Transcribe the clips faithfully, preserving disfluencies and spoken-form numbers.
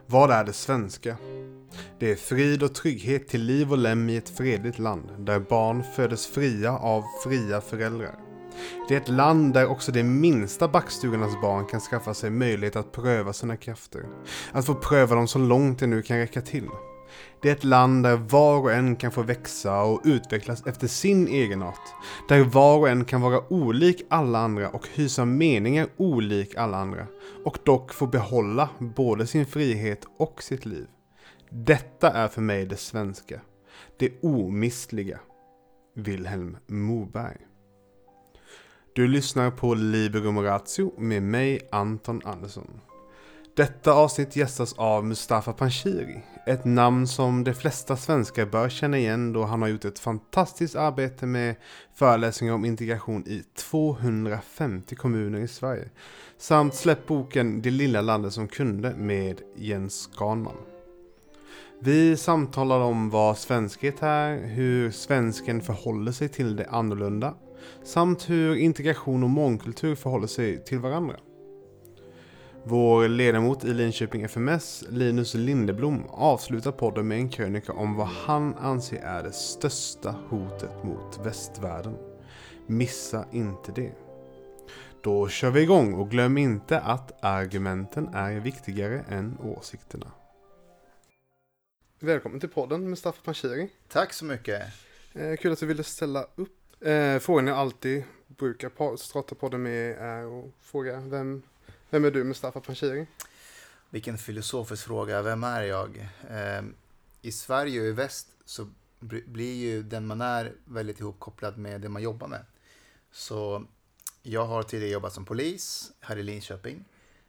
Vad är det svenska? Det är frid och trygghet till liv och lem i ett fredligt land, där barn födes fria av fria föräldrar. Det är ett land där också de minsta backstugornas barn kan skaffa sig möjlighet att pröva sina krafter. Att få pröva dem så långt det nu kan räcka till. Det är ett land där var och en kan få växa och utvecklas efter sin egenart. Där var och en kan vara olik alla andra och hysa meningar olik alla andra. Och dock få behålla både sin frihet och sitt liv. Detta är för mig det svenska. Det omistliga. Wilhelm Moberg. Du lyssnar på Liberum Ratio med mig, Anton Andersson. Detta avsnitt gästas av Mustafa Panshiri, ett namn som de flesta svenskar bör känna igen då han har gjort ett fantastiskt arbete med föreläsningar om integration i tvåhundrafemtio kommuner i Sverige, samt släppt boken Det lilla landet som kunde med Jens Ganman. Vi samtalar om vad svenskhet är, hur svensken förhåller sig till det annorlunda, samt hur integration och mångkultur förhåller sig till varandra. Vår ledamot i Linköping F M S, Linus Lindeblom, avslutar podden med en krönika om vad han anser är det största hotet mot västvärlden. Missa inte det. Då kör vi igång och glöm inte att argumenten är viktigare än åsikterna. Välkommen till podden, Mustafa Panshiri. Tack så mycket. Eh, kul att du ville ställa upp. Eh, frågan jag alltid brukar starta podden med är att fråga vem, vem är du, Mustafa Panshiri? Vilken filosofisk fråga. Vem är jag? Eh, I Sverige och i väst så blir ju den man är väldigt ihopkopplad med det man jobbar med. Så jag har tidigare jobbat som polis här i Linköping.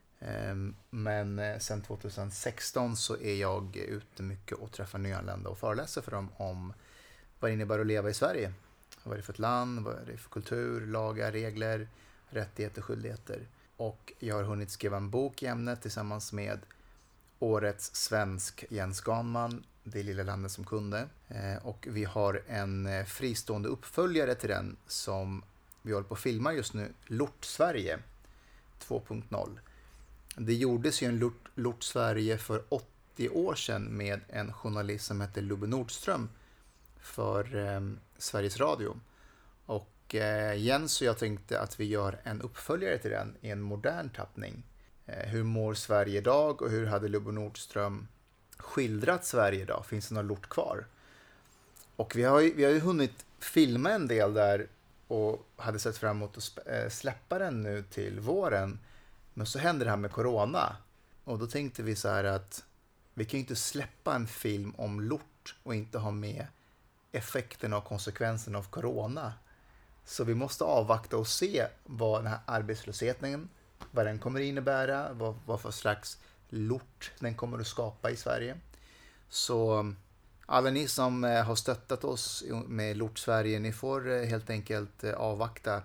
Men sen tjugohundrasexton så är jag ute mycket och träffar nyanlända och föreläser för dem om vad det innebär att leva i Sverige. Vad är det för ett land, vad är det för kultur, lagar, regler, rättigheter, skyldigheter. Och jag har hunnit skriva en bok i ämnet tillsammans med årets svensk Jens Ganman, Det lilla landet som kunde. Och vi har en fristående uppföljare till den som vi håller på att filma just nu, Lort Sverige två punkt noll. Det gjordes ju en Lort, Lort Sverige för åttio år sedan med en journalist som hette Lubbe Nordström för eh, Sveriges Radio. Och eh, Jens och jag tänkte att vi gör en uppföljare till den i en modern tappning. Eh, hur mår Sverige idag och hur hade Lubbe Nordström skildrat Sverige idag? Finns det något Lort kvar? Och vi har ju, vi har ju hunnit filma en del där och hade sett fram emot att sp- äh, släppa den nu till våren. Men så hände det här med corona. Och då tänkte vi så här att vi kan ju inte släppa en film om Lort och inte ha med effekterna och konsekvenserna av corona. Så vi måste avvakta och se vad den här arbetslösheten, vad den kommer innebära, vad, vad för slags Lort den kommer att skapa i Sverige. Så alla ni som har stöttat oss med Lort Sverige, ni får helt enkelt avvakta.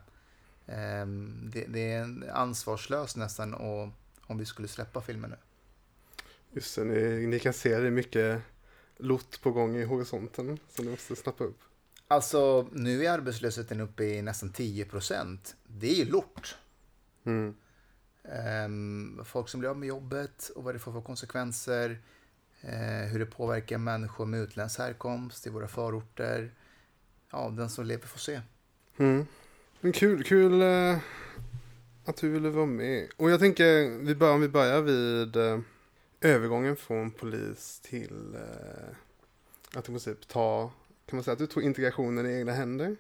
Det, det är ansvarslöst nästan och, om vi skulle släppa filmen nu. Just det, ni, ni kan se det är mycket Lort på gång i horisonten som ni måste snappa upp. Alltså nu är arbetslösheten uppe i nästan tio procent. Det är ju Lort. Mm. Um, folk som blir av med jobbet och vad det får för konsekvenser. Uh, hur det påverkar människor med utländsk härkomst i våra förorter. Ja, den som lever får se. Mm. Men kul, kul uh, att du ville vara med. Och jag tänker, vi börjar, om vi börjar vid uh, övergången från polis till uh, att i princip ta, kan man säga att du tog integrationen i egna händer?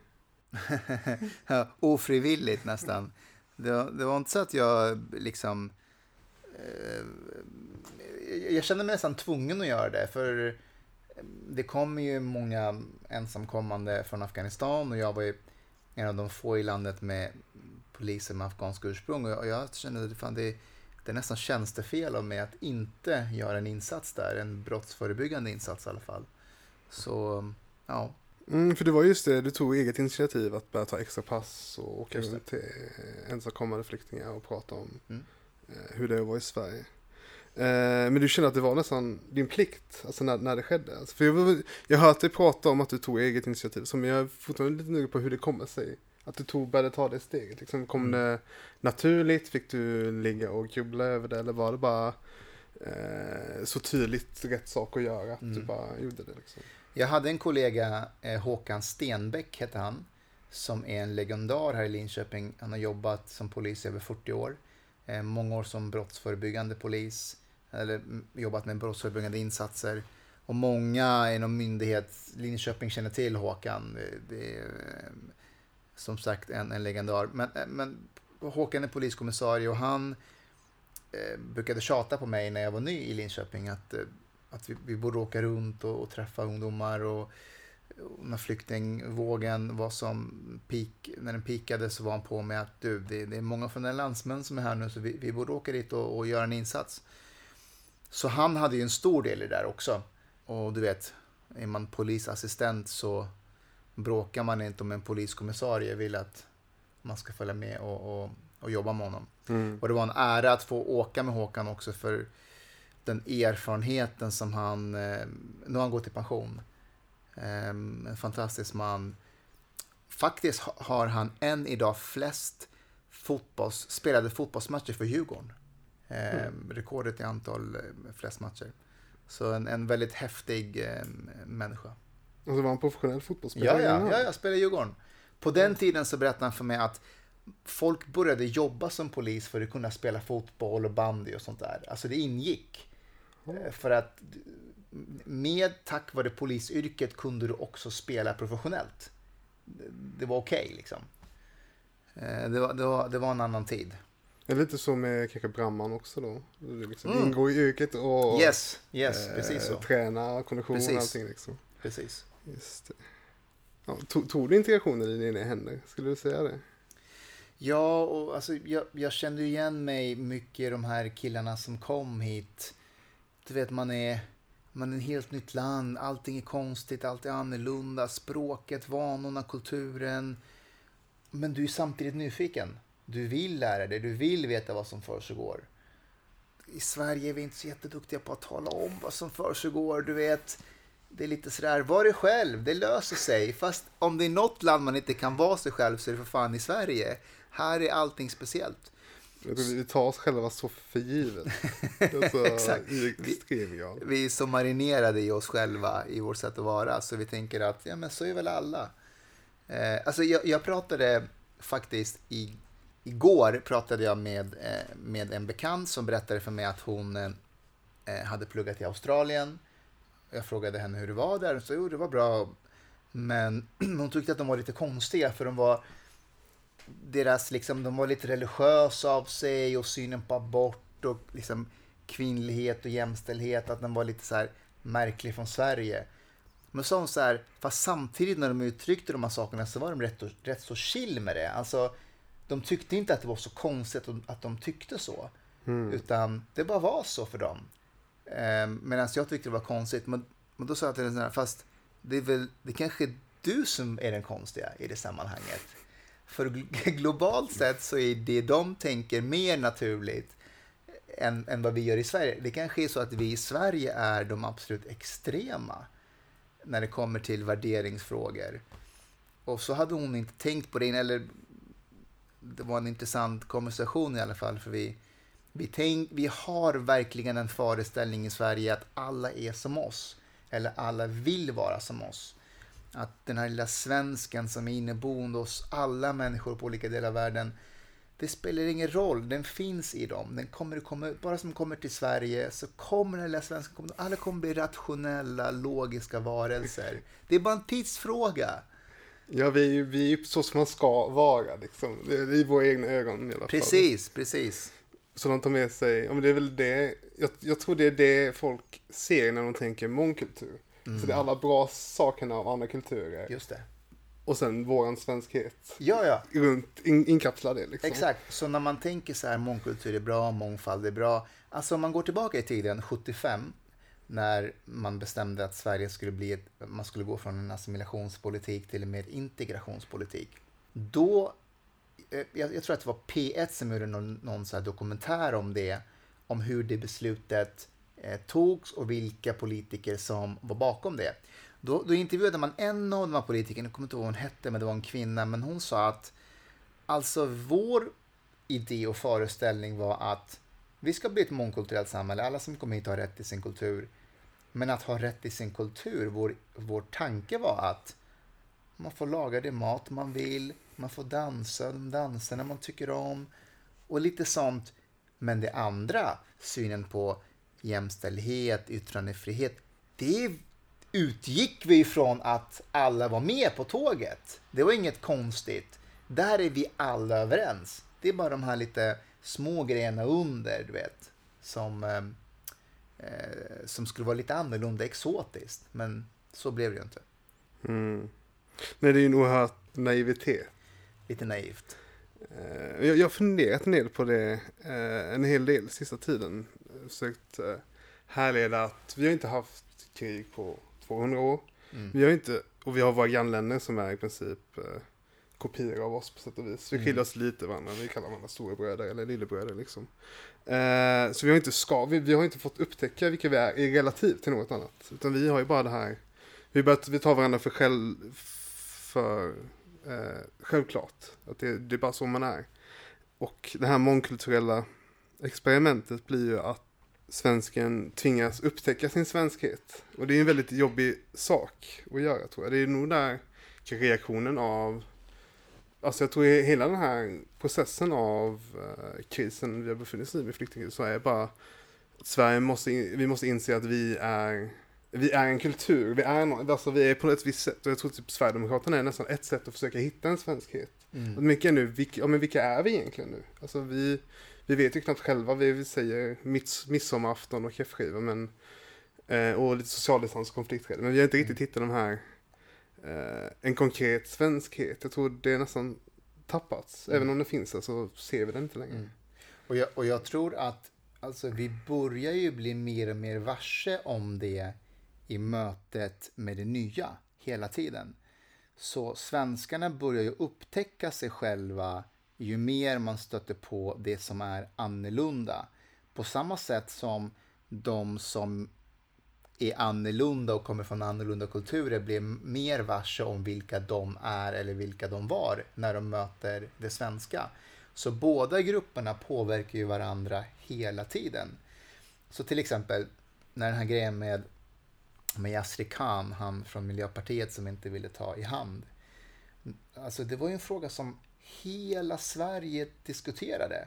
Ja, ofrivilligt nästan. Det, det var inte så att jag liksom uh, jag kände mig nästan tvungen att göra det, för det kommer ju många ensamkommande från Afghanistan och jag var ju en av de få i landet med poliser med afghansk ursprung och jag kände att fan, det, det är nästan tjänstefel av mig att inte göra en insats där, en brottsförebyggande insats i alla fall. Så, ja. Mm, för det var just det, du tog eget initiativ att börja ta extra pass och åka runt till ensamkommande flyktingar och prata om mm. hur det var i Sverige. Men du kände att det var nästan din plikt, alltså när, när det skedde. Alltså, för jag, jag har hört dig prata om att du tog eget initiativ, som jag är fortfarande lite nöjd på hur det kommer sig. Att du tog, började ta det steget. Liksom, kom mm. det naturligt? Fick du ligga och grubbla över det? Eller var det bara eh, så tydligt rätt sak att göra att Mm. du bara gjorde det liksom. Jag hade en kollega, eh, Håkan Stenbeck hette han, som är en legendar här i Linköping. Han har jobbat som polis i över fyrtio år. Eh, många år som brottsförebyggande polis, eller mm, jobbat med brottsförebyggande insatser. Och många inom myndighet, Linköping känner till Håkan. Det, det är eh, som sagt en, en legendar. Men, eh, men Håkan är poliskommissarie och han eh, brukade tjata på mig när jag var ny i Linköping att, eh, att vi, vi borde åka runt och, och träffa ungdomar. Och, och när flyktingvågen var som peak, när den peakade så var han på med att du, det, det är många från den landsmän som är här nu så vi, vi borde åka dit och, och göra en insats. Så han hade ju en stor del i det där också. Och du vet, är man polisassistent så bråkar man inte om en poliskommissarie vill att man ska följa med och, och, och jobba med honom. Mm. Och det var en ära att få åka med Håkan också för den erfarenheten som han, eh, nu har han gått i pension. Eh, en fantastisk man. Faktiskt har han än idag flest fotbolls, spelade fotbollsmatcher för Djurgården. Eh, mm. Rekordet i antal eh, flest matcher. Så en, en väldigt häftig eh, människa. Och så var han professionell fotbollsspelare. Ja, ja, ja, jag spelade i Djurgården. På den tiden så berättade han för mig att folk började jobba som polis för att kunna spela fotboll och bandy och sånt där. Alltså det ingick. Mm. För att med tack vare polisyrket kunde du också spela professionellt. Det var okej okay, liksom. Det var, det, var, det var en annan tid. Det är lite så med kanske Bramman också då. Du liksom mm. ingår i yrket och yes, yes, eh, precis så. träna, kondition precis. och allting liksom. Precis. Just det. Ja, tog, tog du integrationen i dina händer? Skulle du säga det? Ja, och alltså, jag, jag kände igen mig mycket i de här killarna som kom hit. Du vet, man är, man är ett helt nytt land. Allting är konstigt, allt är annorlunda. Språket, vanorna, kulturen. Men du är samtidigt nyfiken. Du vill lära dig, du vill veta vad som försiggår. I Sverige är vi inte så jätteduktiga på att tala om vad som försiggår. Du vet, det är lite sådär, var dig själv, det löser sig. Fast om det är något land man inte kan vara sig själv så är det för fan i Sverige. Här är allting speciellt. Vi tar oss själva så för givet. Alltså, exakt. I extrem grad. Vi, vi är så marinerade i oss själva, i vårt sätt att vara. Så vi tänker att, ja men så är väl alla. Eh, alltså jag, jag pratade faktiskt i Igår pratade jag med, eh, med en bekant som berättade för mig att hon eh, hade pluggat i Australien. Jag frågade henne hur det var där och så jo, det var bra. Men hon tyckte att de var lite konstiga för de var deras liksom, de var lite religiösa av sig och synen på abort och liksom kvinnlighet och jämställdhet, att den var lite så här märklig från Sverige. Men så, så här, fast samtidigt när de uttryckte de här sakerna så var de rätt, rätt så chill med det. Alltså de tyckte inte att det var så konstigt att de tyckte så. Mm. Utan det bara var så för dem. Eh, Medan jag tyckte det var konstigt. Men, men då sa jag till den här, fast det är väl det kanske är du som är den konstiga i det sammanhanget. För globalt sett så är det de tänker mer naturligt än, än vad vi gör i Sverige. Det kanske är så att vi i Sverige är de absolut extrema när det kommer till värderingsfrågor. Och så hade hon inte tänkt på det, eller det var en intressant konversation i alla fall, för vi, vi, tänk, vi har verkligen en föreställning i Sverige att alla är som oss, eller alla vill vara som oss. Att den här lilla svensken som är inneboende hos alla människor på olika delar av världen, det spelar ingen roll, den finns i dem. Den kommer att komma ut, bara som kommer till Sverige så kommer den lilla svensken, alla kommer bli rationella, logiska varelser. Det är bara en tidsfråga. Ja, vi, vi är så som man ska vara, liksom. Det är i våra egna ögon i alla fall. Precis, precis. Så de tar med sig, ja, men det är väl det, jag, jag tror det är det folk ser när de tänker mångkultur. Mm. Så det är alla bra sakerna av andra kulturer. Just det. Och sen våran svenskhet. Ja, ja. Runt, in, inkapslar det liksom. Exakt, så när man tänker så här, mångkultur är bra, mångfald är bra. Alltså om man går tillbaka i tiden, sjuttiofem, när man bestämde att Sverige skulle bli ett, man skulle gå från en assimilationspolitik till en mer integrationspolitik. Då, jag, jag tror att det var P ett som gjorde någon, någon så här dokumentär om det, om hur det beslutet eh, togs och vilka politiker som var bakom det. Då, då intervjuade man en av de här politikerna, jag kommer inte ihåg vad hon hette, men det var en kvinna, men hon sa att alltså vår idé och föreställning var att vi ska bli ett mångkulturellt samhälle. Alla som kommer hit har rätt till sin kultur. Men att ha rätt till sin kultur, vår, vår tanke var att man får laga det mat man vill, man får dansa de danserna man tycker om och lite sånt. Men det andra, synen på jämställdhet, yttrandefrihet, det utgick vi ifrån att alla var med på tåget. Det var inget konstigt. Där är vi alla överens. Det är bara de här lite små grejerna under, du vet, som, eh, som skulle vara lite annorlunda exotiskt. Men så blev det ju inte. Mm. Nej, det är ju en oerhört naivitet. Lite naivt. Uh, jag har funderat en del på det uh, en hel del sista tiden. Försökt uh, härleda att vi har inte haft krig på tvåhundra år. Mm. Vi har inte, och vi har våra grannländer som är i princip uh, kopior av oss på sätt och vis. Vi skiljer mm. oss lite varandra. Vi kallar varandra storebröder eller lillebröder liksom. Uh, så vi har inte ska, vi, vi har inte fått upptäcka vilka vi är i relativ till något annat. Utan vi har ju bara det här. Vi, börjat, vi tar varandra för själv för eh, självklart. Att det, det är bara så man är. Och det här mångkulturella experimentet blir ju att svensken tvingas upptäcka sin svenskhet. Och det är en väldigt jobbig sak att göra, tror jag. Det är nog där reaktionen av... Alltså jag tror hela den här processen av eh, krisen vi har befunnit oss i med flyktingkrisen så är bara att Sverige måste, in, vi måste inse att vi är... Vi är en kultur, vi är, no- alltså vi är på ett visst sätt, och jag tror typ Sverigedemokraterna är nästan ett sätt att försöka hitta en svenskhet. Mm. Och mycket är nu, vilka, ja, men vilka är vi egentligen nu? Alltså vi, vi vet ju knappt själva, vi, vi säger mids, midsommarafton och kräftskiva, men eh, och lite socialdistans och konflikträdd, men vi har inte riktigt hittat de här eh, en konkret svenskhet. Jag tror det är nästan tappats, mm. även om det finns där så ser vi den inte längre. Mm. Och, jag, och jag tror att alltså, vi börjar ju bli mer och mer varse om det i mötet med det nya hela tiden. Så svenskarna börjar ju upptäcka sig själva ju mer man stöter på det som är annorlunda. På samma sätt som de som är annorlunda och kommer från annorlunda kulturer blir mer varse om vilka de är eller vilka de var när de möter det svenska. Så båda grupperna påverkar ju varandra hela tiden. Så till exempel när den här grejen med med Yasri Khan, han från Miljöpartiet som inte ville ta i hand. Alltså det var ju en fråga som hela Sverige diskuterade.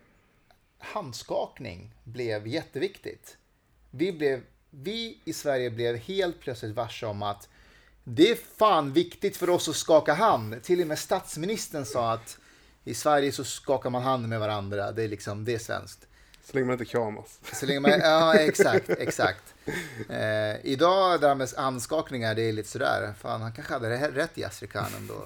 Handskakning blev jätteviktigt. Vi, blev, vi i Sverige blev helt plötsligt varse om att det är fan viktigt för oss att skaka hand. Till och med statsministern sa att i Sverige så skakar man hand med varandra. Det är liksom, det är svenskt. Så länge man inte kramas. Så länge man, ja, exakt, exakt. Eh, idag där med handskakningar, det är lite sådär. Fan, han kanske hade rätt i Yasri Khan ändå.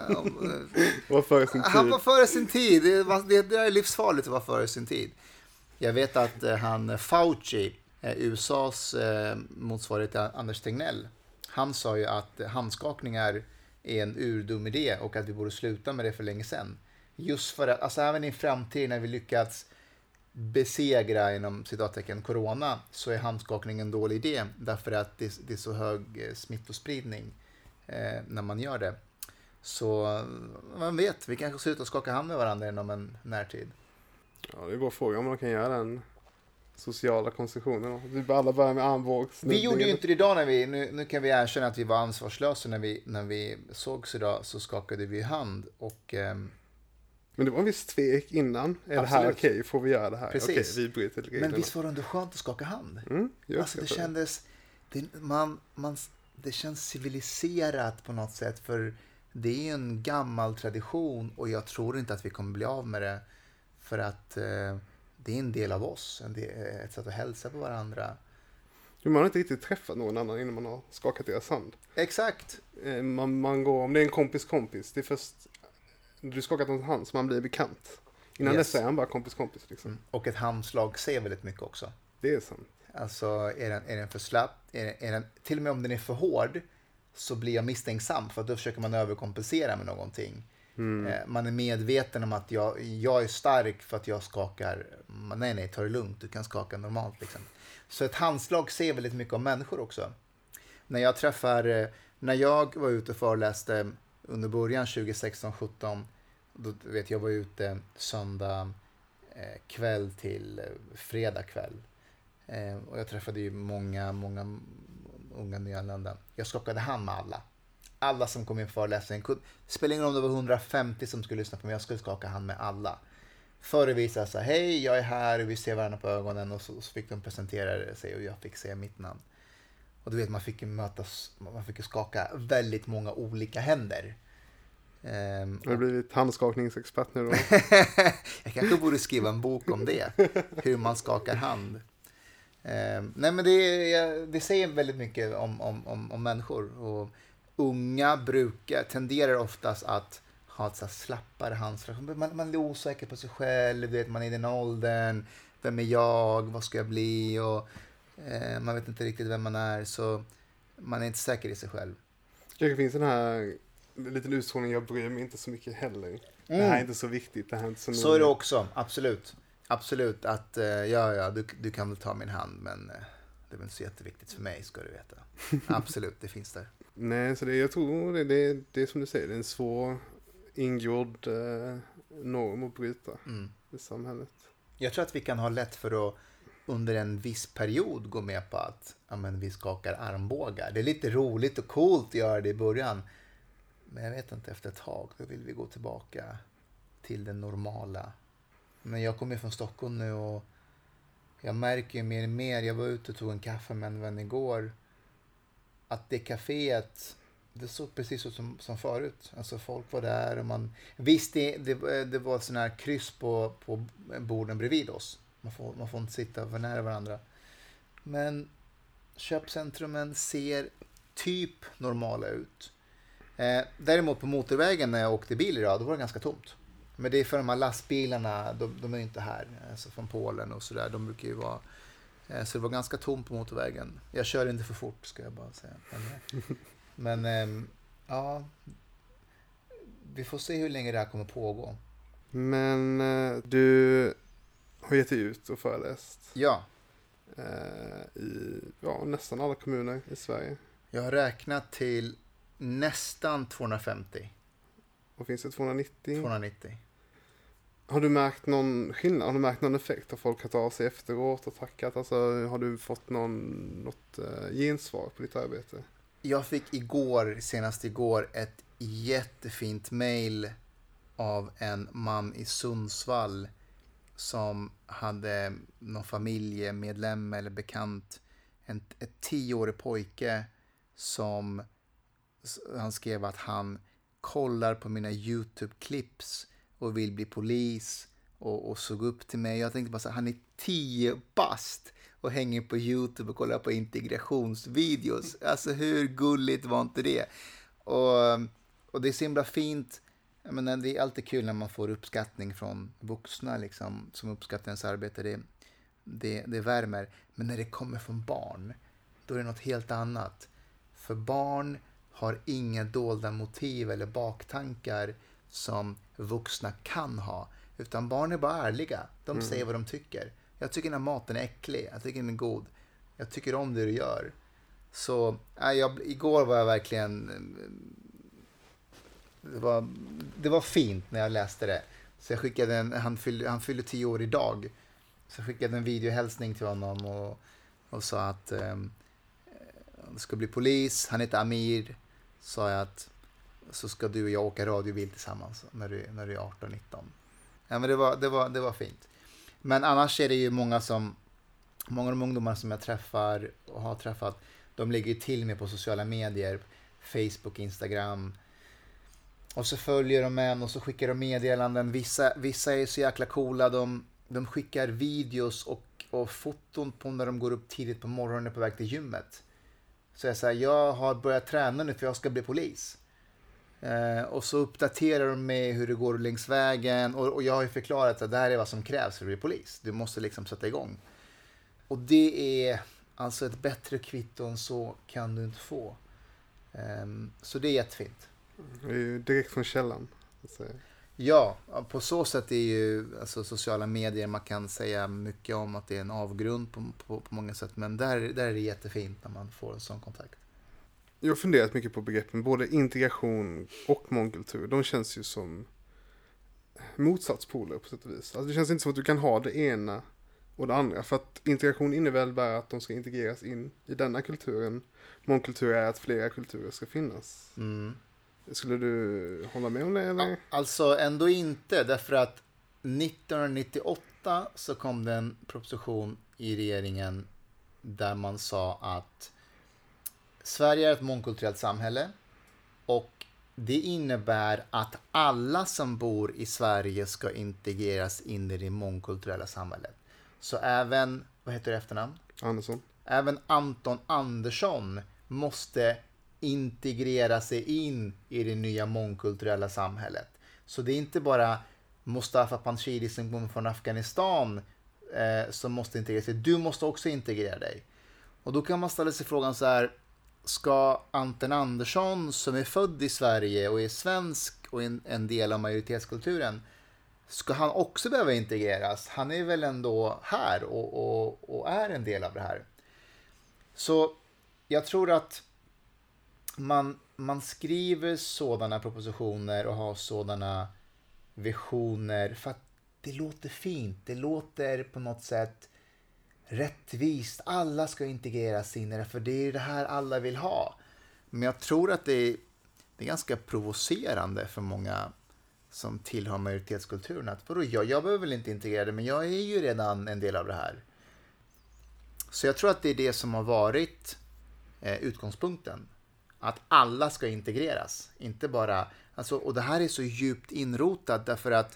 var före sin tid. Han var före sin tid. Det, var, det, det är livsfarligt att vara före sin tid. Jag vet att eh, han Fauci, eh, U S A:s eh, motsvarighet till Anders Tegnell, han sa ju att eh, handskakningar är en urdum idé och att vi borde sluta med det för länge sedan. Just för att, alltså även i framtiden när vi lyckats besegra inom citattecken corona så är handskakning en dålig idé därför att det, det är så hög eh, smittospridning eh, när man gör det. Så man vet, vi kanske slutar skaka hand med varandra inom en närtid. Ja, det går fråga om man kan göra den sociala konstruktionen. Vi alla börjar med armbågs. Vi gjorde ju inte det idag när vi, nu, nu kan vi erkänna att vi var ansvarslösa när vi, när vi sågs idag så skakade vi hand och eh, men det var en viss tvek innan. Är det här okej? Okay? Får vi göra det här? Precis. Okej, vi bryter reglerna. Men visst var det ändå skönt att skaka hand? Mm, alltså det kändes... Det, man, man, det känns civiliserat på något sätt. För det är en gammal tradition. Och jag tror inte att vi kommer bli av med det. För att eh, det är en del av oss. En del, ett sätt att hälsa på varandra. Man har inte riktigt träffat någon annan innan man har skakat deras hand. Exakt. Man, man går, om det är en kompis kompis. Det är först... Du skakat hans hand så man blir bekant. Innan yes. dess är han bara kompis kompis. Liksom. Mm. Och ett handslag säger väldigt mycket också. Det är sant. Alltså är den, är den för slapp, är den, är den, till och med om den är för hård så blir jag misstänksam för att då försöker man överkompensera med någonting. Mm. Eh, man är medveten om att jag, jag är stark för att jag skakar. Nej, nej, ta det lugnt. Du kan skaka normalt. Liksom. Så ett handslag säger väldigt mycket om människor också. När jag träffar, när jag var ute och föreläste under början tjugo sexton sjutton, då vet jag var ute söndag eh, kväll till eh, fredag kväll. Eh, och jag träffade ju många, många unga nyanlända. Jag skakade hand med alla. Alla som kom in för föreläsningen. Det spelar ingen roll om det var hundrafemtio som skulle lyssna på mig. Jag skulle skaka hand med alla. Förevisa så här, hej, jag är här, vi ser varandra på ögonen, och så, så fick de presentera sig och jag fick säga mitt namn. Och du vet, man fick ju mötas, man fick ju skaka väldigt många olika händer. Um, har du blivit handskakningsexpert nu då? Jag kanske borde skriva en bok om det, hur man skakar hand. Um, nej men det, det säger väldigt mycket om, om, om, om människor, och unga brukar, tenderar oftast att ha ett så slappare handslag. Man, man är osäker på sig själv, vet, man är i den åldern, vem är jag, vad ska jag bli, och eh, man vet inte riktigt vem man är, så man är inte säker i sig själv. Det finns den här liten utstrålning, jag bryr mig inte så mycket heller. Mm. Det här är inte så viktigt. Det här är inte så, så är det också, absolut. Absolut, att eh, ja, ja, du, du kan väl ta min hand, men eh, det är väl inte så jätteviktigt för mig, ska du veta. Absolut, det finns där. Nej, så det, jag tror det, det, det är som du säger, det är en svår ingjord eh, norm att bryta mm. i samhället. Jag tror att vi kan ha lätt för att under en viss period gå med på att ja, men vi skakar armbågar. Det är lite roligt och coolt att göra det i början. Men jag vet inte, efter ett tag då vill vi gå tillbaka till det normala. Men jag kommer från Stockholm nu och jag märker ju mer och mer. Jag var ute och tog en kaffe med en vän igår. Att det kaféet, det såg precis ut som, som förut. Alltså folk var där och man... Visst, det, det, det var sån här kryss på, på borden bredvid oss. Man får, man får inte sitta för nära varandra. Men köpcentrumen ser typ normala ut. Eh, däremot på motorvägen när jag åkte bil idag, då var det ganska tomt. Men det är för de här lastbilarna, de, de är inte här. Alltså från Polen och sådär. De brukar ju vara... Eh, så det var ganska tomt på motorvägen. Jag kör inte för fort, ska jag bara säga. Men, men eh, ja... Vi får se hur länge det här kommer pågå. Men eh, du har gett dig ut och föreläst. Ja. Eh, I ja, nästan alla kommuner i Sverige. Jag har räknat till nästan tvåhundrafemtio. Och finns det tvåhundranittio? tvåhundranittio. Har du märkt någon skillnad? Har du märkt någon effekt? Har folk hört av sig efteråt och tackat? Alltså, har du fått någon, något uh, gensvar på ditt arbete? Jag fick igår, senast igår, ett jättefint mejl av en man i Sundsvall som hade någon familjemedlem eller bekant, en ett tioårig pojke som han skrev att han kollar på mina YouTube-clips och vill bli polis och, och såg upp till mig. Jag tänkte bara så här, han är tio bast och hänger på YouTube och kollar på integrationsvideos. Alltså hur gulligt var inte det? Och, och det är så himla fint. Jag menar, det är alltid kul när man får uppskattning från vuxna liksom, som uppskattar ens arbete. Det, det, det värmer. Men när det kommer från barn, då är det något helt annat. För barn har inga dolda motiv eller baktankar som vuxna kan ha. Utan barn är bara ärliga. De mm. säger vad de tycker. Jag tycker den här maten är äcklig. Jag tycker den är god. Jag tycker om det du gör. Så äh, jag, igår var jag verkligen... Det var, det var fint när jag läste det. Så jag skickade en... Han fyllde, han fyllde tio år idag. Så jag skickade en videohälsning till honom och, och sa att um, han ska bli polis. Han heter Amir. Sa jag att så ska du och jag åka radiobil tillsammans när du, när du är arton nitton. Ja, men det var, det, var, det var fint. Men annars är det ju många som många av de ungdomar som jag träffar och har träffat, de lägger till mig på sociala medier, Facebook, Instagram. Och så följer de en och så skickar de meddelanden. Vissa, vissa är så jäkla coola. De, de skickar videos och, och foton på när de går upp tidigt på morgonen på väg till gymmet. Så jag säger, jag har börjat träna nu för jag ska bli polis. Eh, och så uppdaterar de med hur det går längs vägen. Och, och jag har ju förklarat att det här är vad som krävs för att bli polis. Du måste liksom sätta igång. Och det är alltså ett bättre kvitto än så kan du inte få. Eh, så det är jättefint. Det är ju direkt från källan. Alltså. Ja, på så sätt är ju alltså, sociala medier, man kan säga mycket om att det är en avgrund på, på, på många sätt. Men där, där är det jättefint när man får en sån kontakt. Jag har funderat mycket på begreppen, både integration och mångkultur. De känns ju som motsatspoler på sätt och vis. Alltså det känns inte som att du kan ha det ena och det andra. För att integration innebär bara att de ska integreras in i denna kulturen. Mångkultur är att flera kulturer ska finnas. Mm. Skulle du hålla med om det? Eller? Alltså ändå inte, därför att nittonhundranittioåtta så kom det en proposition i regeringen där man sa att Sverige är ett mångkulturellt samhälle och det innebär att alla som bor i Sverige ska integreras in i det mångkulturella samhället. Så även, vad heter det efternamn? Andersson. Även Anton Andersson måste integrera sig in i det nya mångkulturella samhället. Så det är inte bara Mustafa Panshiri som kommer från Afghanistan eh, som måste integrera sig. Du måste också integrera dig. Och då kan man ställa sig frågan så här: ska Anton Andersson som är född i Sverige och är svensk och en, en del av majoritetskulturen, ska han också behöva integreras? Han är väl ändå här och, och, och är en del av det här. Så jag tror att man, man skriver sådana propositioner och har sådana visioner för att det låter fint. Det låter på något sätt rättvist. Alla ska integreras in i det, för det är det här alla vill ha. Men jag tror att det är, det är ganska provocerande för många som tillhör majoritetskulturen. Att, vadå, jag, jag behöver väl inte integrera det, men jag är ju redan en del av det här. Så jag tror att det är det som har varit eh, utgångspunkten. Att alla ska integreras. Inte bara, alltså, och det här är så djupt inrotat därför att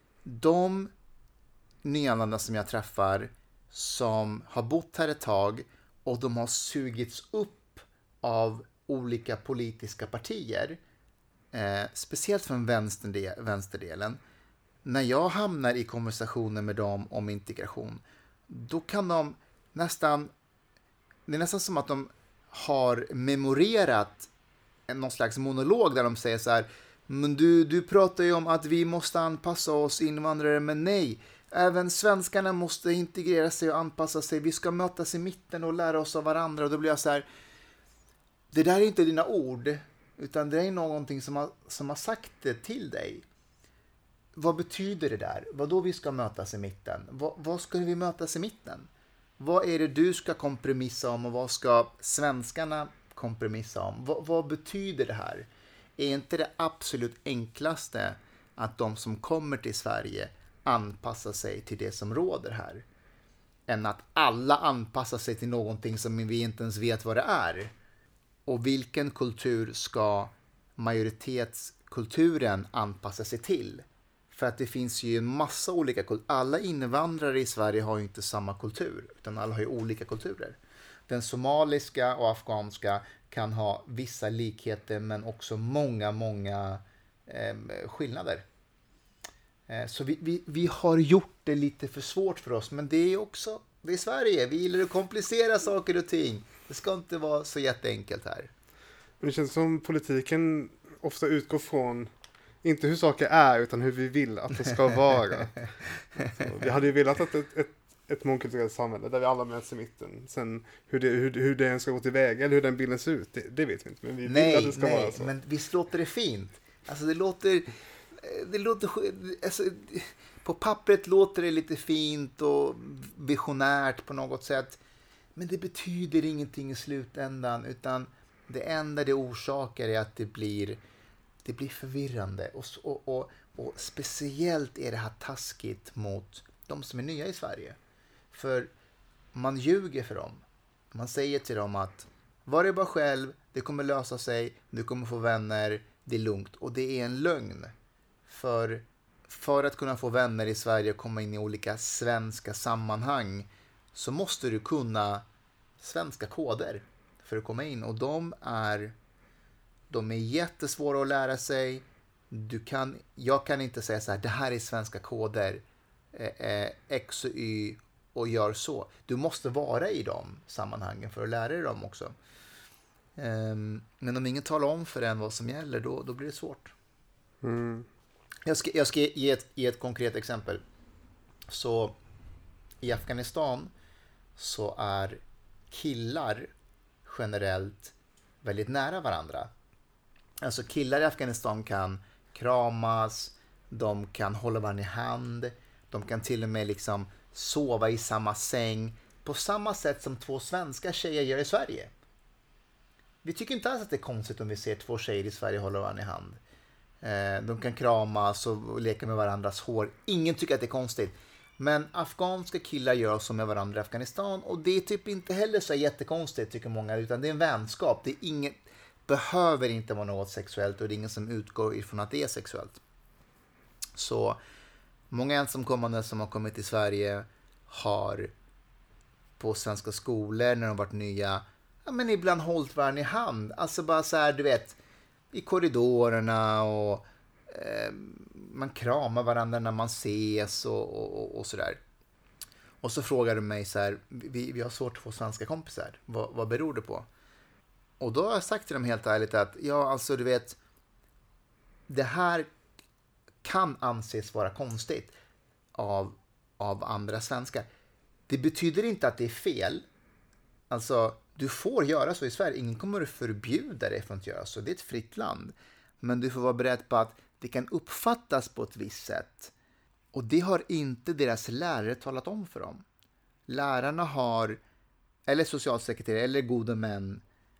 de nyanlända som jag träffar som har bott här ett tag och de har sugits upp av olika politiska partier, eh, speciellt från vänsterdel, vänsterdelen. När jag hamnar i konversationer med dem om integration, då kan de nästan, det är nästan som att de har memorerat någon slags monolog där de säger så här: men du, du pratar ju om att vi måste anpassa oss invandrare, men nej, även svenskarna måste integrera sig och anpassa sig. Vi ska mötas i mitten och lära oss av varandra. Och då blir jag så här: det där är inte dina ord, utan det är någonting som har, som har sagt det till dig. Vad betyder det där? Vad då vi ska mötas i mitten? Vad, vad ska vi mötas i mitten? Vad är det du ska kompromissa om och vad ska svenskarna kompromissa om? Vad, vad betyder det här? Är inte det absolut enklaste att de som kommer till Sverige anpassar sig till det som råder här, än att alla anpassar sig till någonting som vi inte ens vet vad det är? Och vilken kultur ska majoritetskulturen anpassa sig till? För att det finns ju en massa olika kulturer. Alla invandrare i Sverige har ju inte samma kultur, utan alla har ju olika kulturer. Den somaliska och afghanska kan ha vissa likheter, men också många, många eh, skillnader. Eh, så vi, vi, vi har gjort det lite för svårt för oss, men det är också, det är Sverige. Vi gillar att komplicera saker och ting. Det ska inte vara så jätteenkelt här. Men det känns som politiken ofta utgår från inte hur saker är, utan hur vi vill att det ska vara. Så vi hade ju velat att ett, ett, ett mångkulturellt samhälle där vi alla möts i mitten. Sen hur det, hur, hur det ska gå tillväga eller hur den bilden ser ut, det, det vet vi inte. Men vi nej, vill att det ska nej, vara så. Men visst låter det fint. Alltså det låter, det låter alltså, på pappret låter det lite fint och visionärt på något sätt. Men det betyder ingenting i slutändan, utan det enda det orsakar är att det blir Det blir förvirrande och, och, och, och speciellt är det här taskigt mot de som är nya i Sverige. För man ljuger för dem. Man säger till dem att var det bara själv, det kommer lösa sig, du kommer få vänner, det är lugnt. Och det är en lögn. För, för att kunna få vänner i Sverige och komma in i olika svenska sammanhang så måste du kunna svenska koder för att komma in. Och de är... De är jättesvåra att lära sig. Du kan, jag kan inte säga så här: det här är svenska koder, eh, X och Y, och gör så. Du måste vara i de sammanhangen för att lära dig dem också. Um, men om ingen talar om för en vad som gäller, då, då blir det svårt. Mm. Jag ska, jag ska ge, ett, ge ett konkret exempel. Så i Afghanistan så är killar generellt väldigt nära varandra. Alltså killar i Afghanistan kan kramas, de kan hålla varandra i hand, de kan till och med liksom sova i samma säng på samma sätt som två svenska tjejer gör i Sverige. Vi tycker inte alls att det är konstigt om vi ser två tjejer i Sverige hålla varandra i hand. De kan kramas och leka med varandras hår. Ingen tycker att det är konstigt. Men afghanska killar gör så med varandra i Afghanistan, och det är typ inte heller så jättekonstigt tycker många, utan det är en vänskap. Det är inget, behöver inte vara något sexuellt, och det är ingen som utgår ifrån att det är sexuellt. Så många ensamkommande som har kommit till Sverige har på svenska skolor när de varit nya, ja, men ibland hållit varandra i hand. Alltså bara så här, du vet, i korridorerna, och eh, man kramar varandra när man ses och, och, och sådär. Och så frågar de mig så här, vi, vi har svårt att få svenska kompisar. Vad, vad beror det på? Och då har jag sagt till dem helt ärligt att, ja, alltså du vet, det här kan anses vara konstigt av, av andra svenskar. Det betyder inte att det är fel. Alltså, du får göra så i Sverige. Ingen kommer att förbjuda dig från att göra så. Det är ett fritt land. Men du får vara beredd på att det kan uppfattas på ett visst sätt. Och det har inte deras lärare talat om för dem. Lärarna har, eller socialsekreterare, eller gode män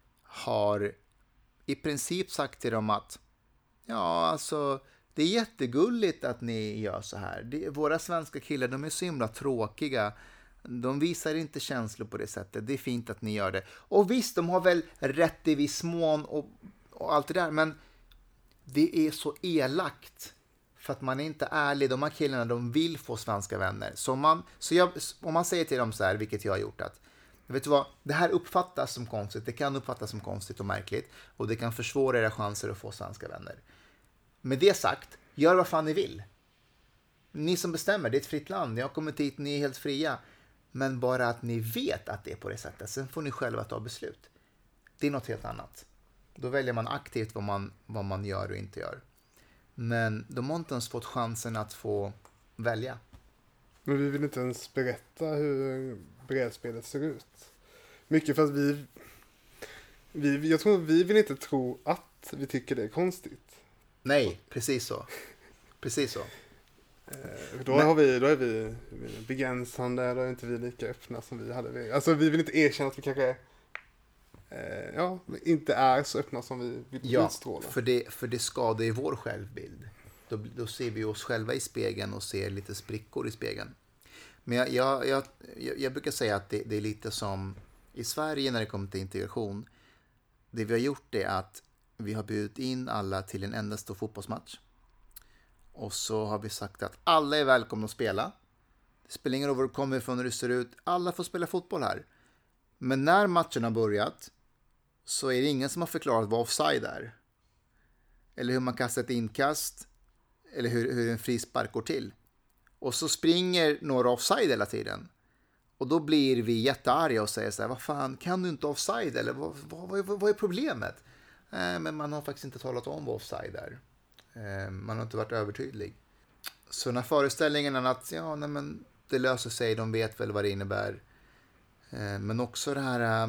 har i princip sagt till dem att ja, alltså, det är jättegulligt att ni gör så här. Det, våra svenska killar, de är så himla tråkiga. De visar inte känslor på det sättet. Det är fint att ni gör det. Och visst, de har väl rätt i viss mån och, och allt det där. Men det är så elakt. För att man är inte ärlig. De här killarna, de vill få svenska vänner. Så, man, så jag, om man säger till dem så här, vilket jag har gjort, att vet du vad, det här uppfattas som konstigt. Det kan uppfattas som konstigt och märkligt. Och det kan försvåra era chanser att få svenska vänner. Med det sagt, gör vad fan ni vill. Ni som bestämmer, det är ett fritt land. Jag har kommit hit, ni är helt fria. Men bara att ni vet att det är på det sättet. Sen får ni själva ta beslut. Det är något helt annat. Då väljer man aktivt vad man, vad man gör och inte gör. Men de har inte ens fått chansen att få välja. Men vi vill inte ens berätta hur brädspelet ser ut. Mycket för att vi, vi... Jag tror att vi vill inte tro att vi tycker det är konstigt. Nej, precis så. Precis så. Då, har vi, då är vi begränsande, då är inte vi lika öppna som vi hade. Alltså vi vill inte erkänna att vi kanske eh, ja, inte är så öppna som vi vill ja, utstråla. För det, för det skadar ju vår självbild. Då, då ser vi oss själva i spegeln och ser lite sprickor i spegeln. Men jag, jag, jag, jag brukar säga att det, det är lite som i Sverige när det kommer till integration. Det vi har gjort är att vi har bjudit in alla till en enda stor fotbollsmatch. Och så har vi sagt att alla är välkomna att spela. Det spelar ingen roll var du kommer ifrån, hur du ser ut. Alla får spela fotboll här. Men när matchen har börjat så är det ingen som har förklarat vad offside är. Eller hur man kastar ett inkast. Eller hur, hur en frispark går till. Och så springer några offside hela tiden. Och då blir vi jättearga och säger så här, vad fan, kan du inte offside? Eller vad, vad, vad, vad är problemet? Eh, men man har faktiskt inte talat om vad offside är. Man har inte varit övertydlig. Så när föreställningen är att ja, nej, men det löser sig, de vet väl vad det innebär. Men också det här,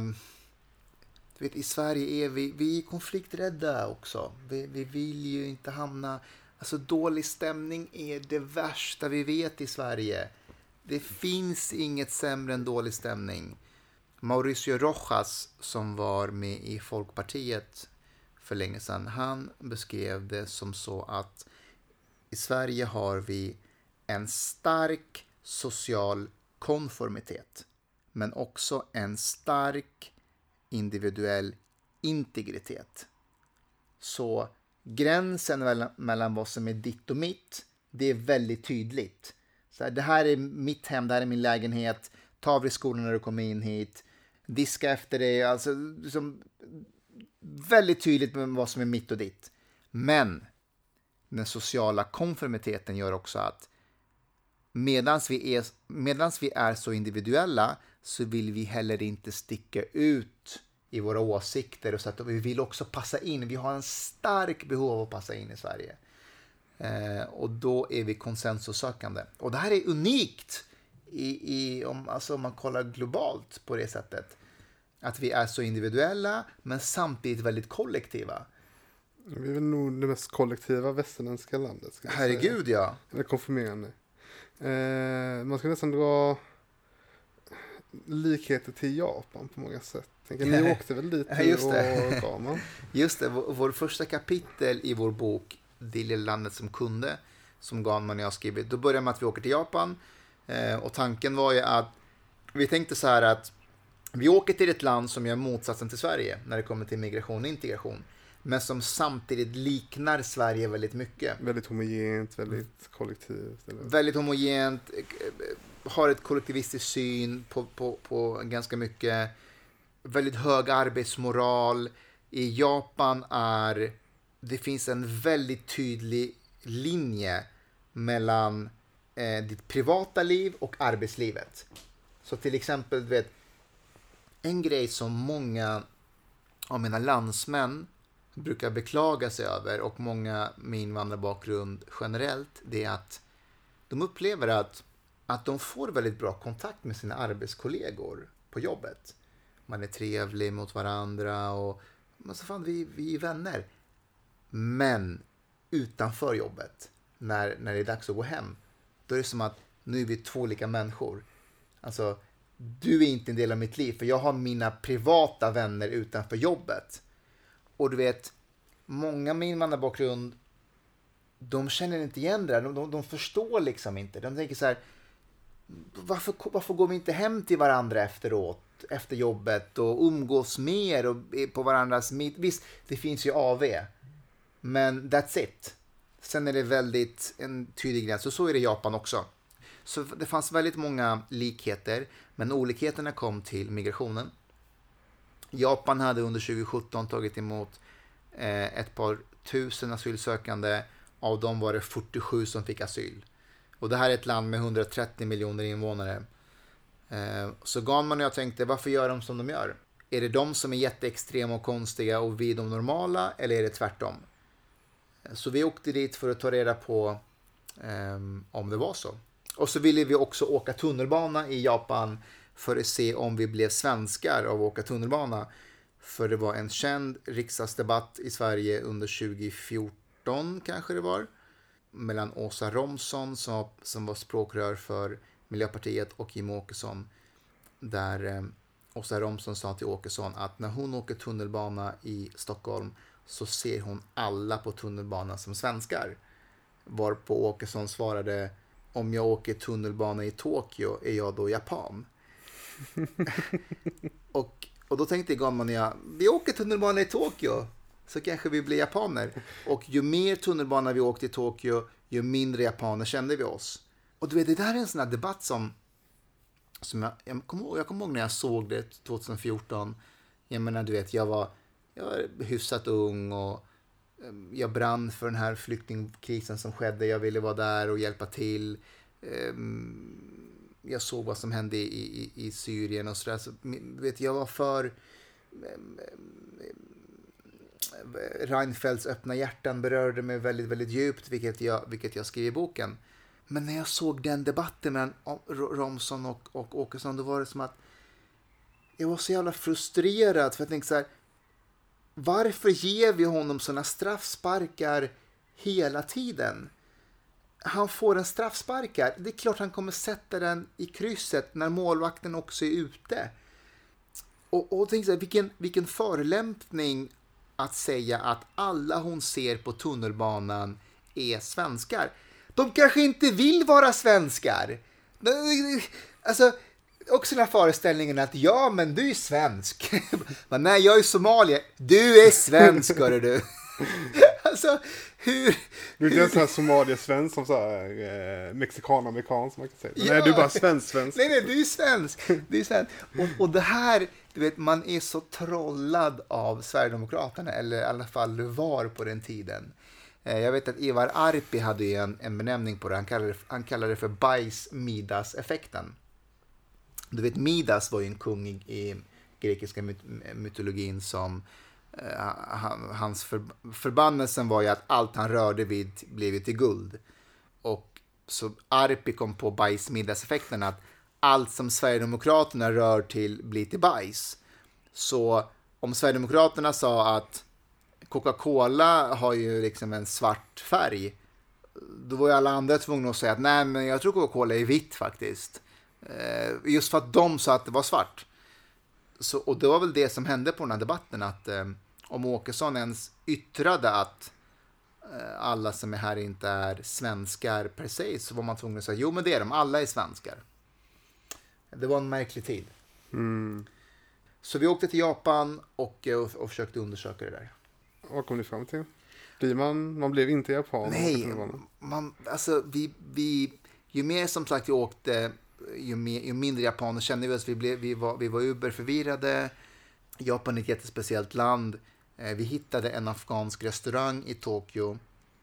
du vet, i Sverige är vi, vi är konflikträdda också. Vi, vi vill ju inte hamna, alltså dålig stämning är det värsta vi vet i Sverige. Det finns inget sämre än dålig stämning. Mauricio Rojas, som var med i Folkpartiet för länge sedan, han beskrev det som så att i Sverige har vi en stark social konformitet, men också en stark individuell integritet. Så gränsen mellan, mellan vad som är ditt och mitt, det är väldigt tydligt. Så här, det här är mitt hem, det här är min lägenhet, ta av dig skorna när du kommer in hit, diska efter dig, alltså liksom väldigt tydligt med vad som är mitt och ditt. Men den sociala konformiteten gör också att medans vi är, medans vi är så individuella så vill vi heller inte sticka ut i våra åsikter. Och så att vi vill också passa in. Vi har en stark behov av att passa in i Sverige. Eh, och då är vi konsensussökande. Och det här är unikt i, i, om, alltså om man kollar globalt på det sättet. Att vi är så individuella men samtidigt väldigt kollektiva. Vi är väl nog det mest kollektiva västerländska landet. Ska Herregud, säga. ja. Eller konfirmerande. Eh, man ska nästan dra likheter till Japan på många sätt. Tänker, ni åkte väl dit ja, just det. och Gama? Just det, vår, vår första kapitel i vår bok Det lilla landet som kunde, som Ganman och jag skrivit, då börjar med att vi åker till Japan. Eh, och tanken var ju att vi tänkte så här att vi åker till ett land som gör motsatsen till Sverige när det kommer till migration och integration. Men som samtidigt liknar Sverige väldigt mycket. Väldigt homogent, väldigt kollektivt. Eller? Väldigt homogent, har ett kollektivistisk syn på, på, på ganska mycket. Väldigt hög arbetsmoral. I Japan är det finns en väldigt tydlig linje mellan eh, ditt privata liv och arbetslivet. Så till exempel, du vet, en grej som många av mina landsmän brukar beklaga sig över, och många med invandrarbakgrund generellt, det är att de upplever att, att de får väldigt bra kontakt med sina arbetskollegor på jobbet. Man är trevlig mot varandra och men så fan, vi, vi är vänner. Men utanför jobbet, när, när det är dags att gå hem, då är det som att nu är vi två olika människor. Alltså, du är inte en del av mitt liv, för jag har mina privata vänner utanför jobbet. Och du vet, många med invandrarbakgrund, de känner inte igen det där. De, de, de förstår liksom inte. De tänker så här, varför, varför går vi inte hem till varandra efteråt, efter jobbet, och umgås mer och på varandras mitt. Visst, det finns ju A V, men that's it. Sen är det väldigt en tydlig gräns, och så är det i Japan också. Så det fanns väldigt många likheter, men olikheterna kom till migrationen. Japan hade under tjugo sjutton tagit emot eh, ett par tusen asylsökande. Av dem var det fyrtiosju som fick asyl. Och det här är ett land med hundratrettio miljoner invånare. Eh, så Ganman och jag tänkte, varför gör de som de gör? Är det de som är jätteextrema och konstiga och vi de normala, eller är det tvärtom? Så vi åkte dit för att ta reda på eh, om det var så. Och så ville vi också åka tunnelbana i Japan för att se om vi blev svenskar av att åka tunnelbana. För det var en känd riksdagsdebatt i Sverige under tjugo fjorton kanske det var. Mellan Åsa Romson som, som var språkrör för Miljöpartiet och Jimmie Åkesson. Där eh, Åsa Romson sa till Åkesson att när hon åker tunnelbana i Stockholm så ser hon alla på tunnelbanan som svenskar. Varpå Åkesson svarade, om jag åker tunnelbana i Tokyo är jag då japan. och, och då tänkte Ganman och jag, vi åker tunnelbana i Tokyo så kanske vi blir japaner. Och ju mer tunnelbana vi åkte i Tokyo, ju mindre japaner kände vi oss. Och du vet, det där är en sån här debatt som, som jag, jag kommer ihåg, jag kommer ihåg när jag såg det tjugo fjorton. Jag menar, du vet, jag var, jag var hyfsat ung och jag brann för den här flyktingkrisen som skedde. Jag ville vara där och hjälpa till. Jag såg vad som hände i, i, i Syrien och sådär. Så, vet, jag var för Reinfeldts öppna hjärtan berörde mig väldigt, väldigt djupt, vilket jag, vilket jag skrev i boken. Men när jag såg den debatten mellan Romson och, och Åkesson, då var det som att jag var så jävla frustrerad, för jag tänkte så här, varför ger vi honom såna straffsparkar hela tiden? Han får en straffsparkar. Det är klart han kommer sätta den i krysset när målvakten också är ute. Och, och tänk så här, vilken, vilken förolämpning att säga att alla hon ser på tunnelbanan är svenskar. De kanske inte vill vara svenskar. Alltså, också den här föreställningen att ja, men du är svensk. Men nej, jag är somalier. Du är svensk, hörru du. Alltså, hur... Du är en sån här somalier-svensk som så här eh, mexikan-amerikan som man kan säga. Men ja. Nej, du är bara svensk-svensk. Nej, nej, du är svensk. Du är svensk. Och, och det här, du vet, man är så trollad av Sverigedemokraterna, eller i alla fall var på den tiden. Eh, jag vet att Ivar Arpi hade en, en benämning på det. Han kallade, han kallade det för bajs-Midas-effekten. Du vet, Midas var ju en kung i, i grekiska myt, mytologin som eh, han, hans för, förbannelsen var ju att allt han rörde vid blev ju till guld. Och så Arpi kom på bajs-Midas-effekten, att allt som Sverigedemokraterna rör till blir till bajs. Så om Sverigedemokraterna sa att Coca-Cola har ju liksom en svart färg. Då var ju alla andra tvungna att säga att nej, men jag tror Coca-Cola är vitt faktiskt. Eh, just för att de sa att det var svart. Så, och det var väl det som hände på den här debatten, att eh, om Åkesson ens yttrade att eh, alla som är här inte är svenskar per se, så var man tvungen att säga jo men det är de, alla är svenskar. Det var en märklig tid. Mm. Så vi åkte till Japan och, och, och försökte undersöka det där. Vad kom ni fram till? Blir man, man blev inte japan? Nej, man, alltså vi, vi, ju mer som sagt vi åkte, ju, mer, ju mindre japaner kände vi oss. Vi, blev, vi var, vi var uberförvirrade. Japan är ett jättespeciellt land. Vi hittade en afghansk restaurang i Tokyo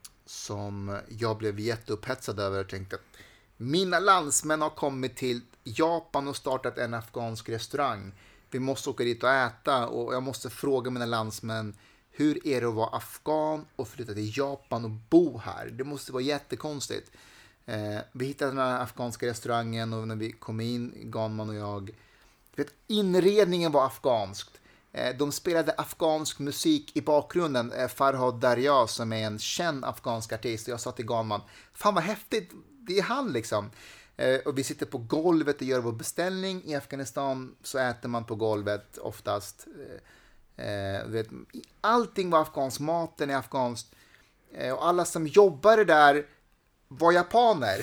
som jag blev jätteupphetsad över och tänkte att mina landsmän har kommit till Japan och startat en afghansk restaurang. Vi måste åka dit och äta, och jag måste fråga mina landsmän, hur är det att vara afghan och flytta till Japan och bo här? Det måste vara jättekonstigt. Eh, vi hittade den här afghanska restaurangen, och när vi kom in, Ganman och jag, vet, inredningen var afghanskt. Eh, de spelade afghansk musik i bakgrunden. Eh, Farhad Darya som är en känd afghansk artist, och jag sa till Ganman, fan vad häftigt, det är han liksom. Eh, och vi sitter på golvet och gör vår beställning. I Afghanistan så äter man på golvet oftast. Eh, eh, vet, allting var afghansk, maten är afghansk. Eh, och alla som jobbade där var japaner.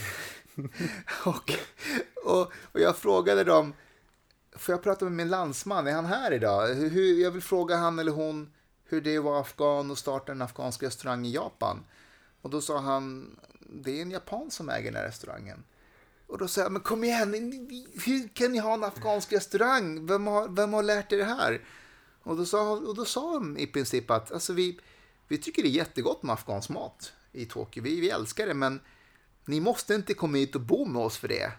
och, och, och jag frågade dem, får jag prata med min landsman, är han här idag? Hur, jag vill fråga han eller hon hur det var afghan och starta en afghansk restaurang i Japan. Och då sa han, det är en japan som äger den här restaurangen. Och då sa jag, men kom igen, hur kan ni ha en afghansk restaurang? Vem har, vem har lärt er det här? Och då sa, och då sa de i princip att alltså vi, vi tycker det är jättegott med afghansk mat i Tokyo. Vi, vi älskar det, men ni måste inte komma hit och bo med oss för det.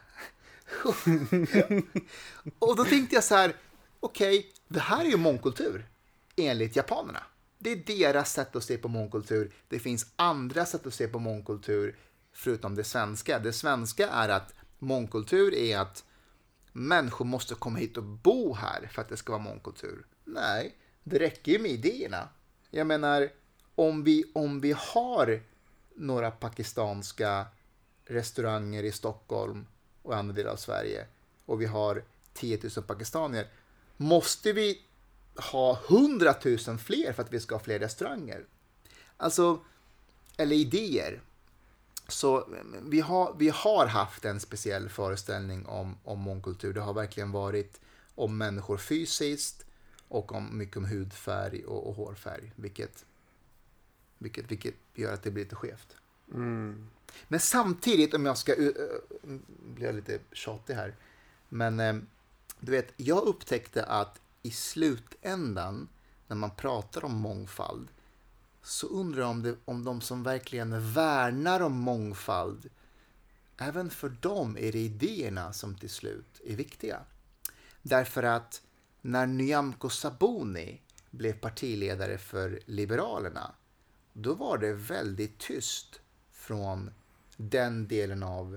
Och då tänkte jag så här, okej, okay, det här är ju mångkultur enligt japanerna. Det är deras sätt att se på mångkultur. Det finns andra sätt att se på mångkultur förutom det svenska. Det svenska är att mångkultur är att människor måste komma hit och bo här för att det ska vara mångkultur. Nej, det räcker ju med idéerna. Jag menar, om vi, om vi har några pakistanska restauranger i Stockholm och andra delar av Sverige, och vi har tio tusen pakistanier, måste vi ha hundra tusen fler för att vi ska ha fler restauranger? Alltså, eller idéer. Så vi har, vi har haft en speciell föreställning om, om mångkultur. Det har verkligen varit om människor fysiskt och om mycket om hudfärg och, och hårfärg, vilket, vilket, vilket gör att det blir lite skevt. Mm. Men samtidigt, om jag ska uh, bli jag lite tjatig här, men uh, du vet, jag upptäckte att i slutändan när man pratar om mångfald, så undrar jag om, det, om de som verkligen värnar om mångfald, även för dem är det idéerna som till slut är viktiga. Därför att när Nyamko Sabuni blev partiledare för Liberalerna, då var det väldigt tyst från den delen av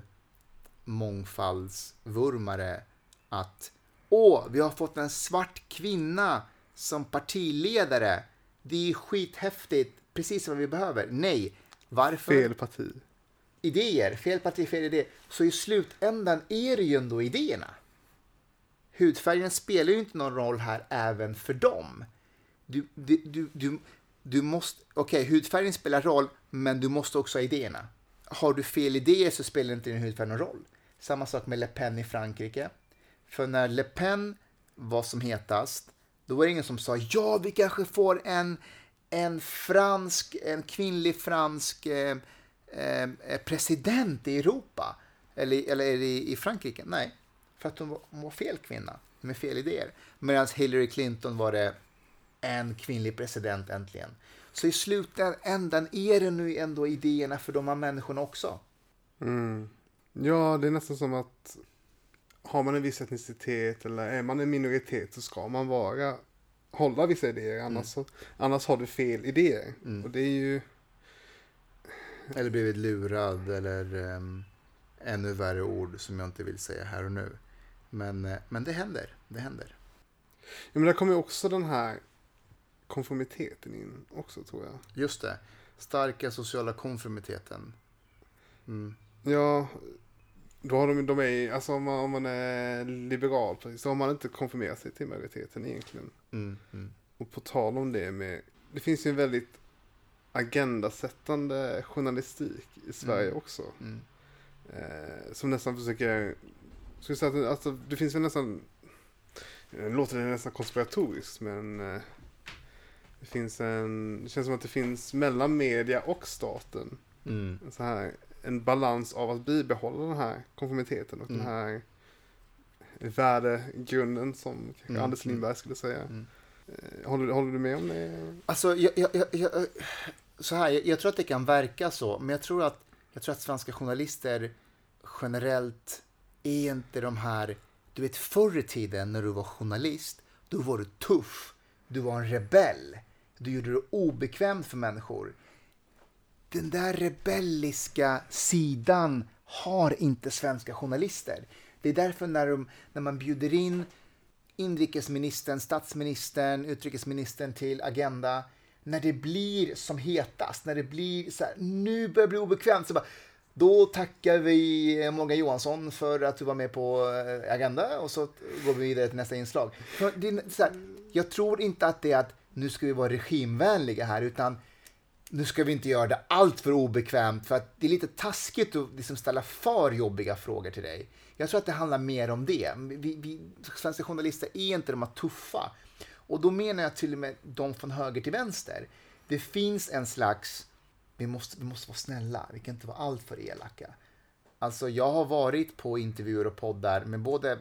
mångfaldsvurmare att åh, vi har fått en svart kvinna som partiledare. Det är skithäftigt, precis vad vi behöver. Nej, varför? Fel parti. Idéer, fel parti, fel idé. Så i slutändan är det ju ändå idéerna. Hudfärgen spelar ju inte någon roll här även för dem. Du, du, du, du, du måste, okej, okay, hudfärgen spelar roll, men du måste också ha idéerna. Har du fel idéer så spelar inte din hudfärg någon roll. Samma sak med Le Pen i Frankrike. För när Le Pen var som hetast, då var det ingen som sa, ja, vi kanske får en, en fransk, en kvinnlig fransk eh, eh, president i Europa. Eller, eller i, i Frankrike. Nej, för att hon var, hon var fel kvinna med fel idéer. Medan Hillary Clinton var det en kvinnlig president äntligen. Så i slutändan är det nu ändå idéerna för de här människorna också. Mm. Ja, det är nästan som att har man en viss etnicitet eller är man en minoritet så ska man vara hålla vissa idéer. Annars, mm. så, annars har du fel idéer. Mm. Och det är ju... Eller blivit lurad eller um, ännu värre ord som jag inte vill säga här och nu. Men, men det händer. Det händer. Ja, men där kommer också den här konformiteten in också, tror jag. Just det. Starka sociala konformiteten. Mm. Ja, då har de, de är, alltså om man, om man är liberal, så har man inte konformerat sig till majoriteten egentligen. Mm. Mm. Och på tal om det med, det finns ju en väldigt agendasättande journalistik i Sverige Mm. också. Mm. Eh, som nästan försöker, ska jag säga att alltså, det finns ju nästan, det låter det nästan konspiratoriskt, men eh, det finns en, det känns som att det finns mellan media och staten Mm. så här, en balans av att bibehålla den här konformiteten och Mm. den här värdegrunden som kanske Mm. Anders Lindberg skulle säga. Mm. Eh, håller, håller du med om det? Alltså, jag, jag, jag, jag, så här, jag, jag tror att det kan verka så, men jag tror att, jag tror att svenska journalister generellt är inte de här, du vet förr i tiden när du var journalist, då var du tuff, du var en rebell, du gjorde det obekvämt för människor. Den där rebelliska sidan har inte svenska journalister. Det är därför när, de, när man bjuder in inrikesministern, statsministern, utrikesministern till Agenda, när det blir som hetast, när det blir så här, nu börjar det bli obekvämt, så bara, då tackar vi Morgan Johansson för att du var med på Agenda och så går vi vidare till nästa inslag. För det är så här, jag tror inte att det är att nu ska vi vara regimvänliga här, utan nu ska vi inte göra det allt för obekvämt, för att det är lite taskigt att liksom ställa för jobbiga frågor till dig. Jag tror att det handlar mer om det. Vi, vi, svenska journalister är inte de här tuffa. Och då menar jag till och med de från höger till vänster. Det finns en slags, vi måste, vi måste vara snälla, vi kan inte vara allt för elaka. Alltså jag har varit på intervjuer och poddar med både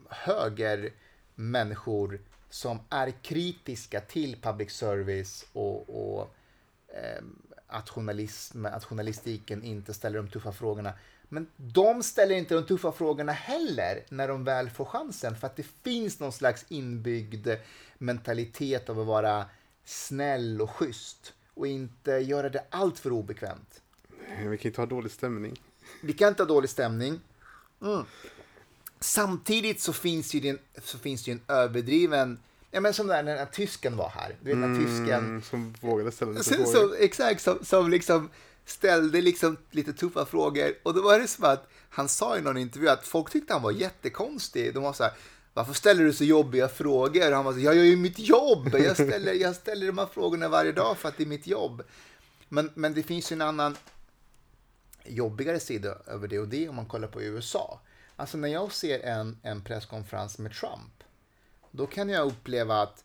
höger människor som är kritiska till public service och, och eh, att, journalism, att journalistiken inte ställer de tuffa frågorna. Men de ställer inte de tuffa frågorna heller när de väl får chansen, för att det finns någon slags inbyggd mentalitet av att vara snäll och schysst och inte göra det allt för obekvämt. Vi kan inte ha dålig stämning. Vi kan inte ha dålig stämning. Mm. Samtidigt så finns ju en, så finns det ju en överdriven, ja, men som där när tysken var här. Du vet när Mm, tysken som vågade ställa lite som, frågor. som, exakt, som, som liksom ställde liksom lite tuffa frågor. Och då var det som att han sa i någon intervju att folk tyckte han var jättekonstig. De var så här, varför ställer du så jobbiga frågor? Och han var så, jag gör ju mitt jobb. Jag ställer, jag ställer de här frågorna varje dag för att det är mitt jobb. Men, men det finns ju en annan jobbigare sida över det, och det är om man kollar på U S A. Alltså när jag ser en, en presskonferens med Trump, då kan jag uppleva att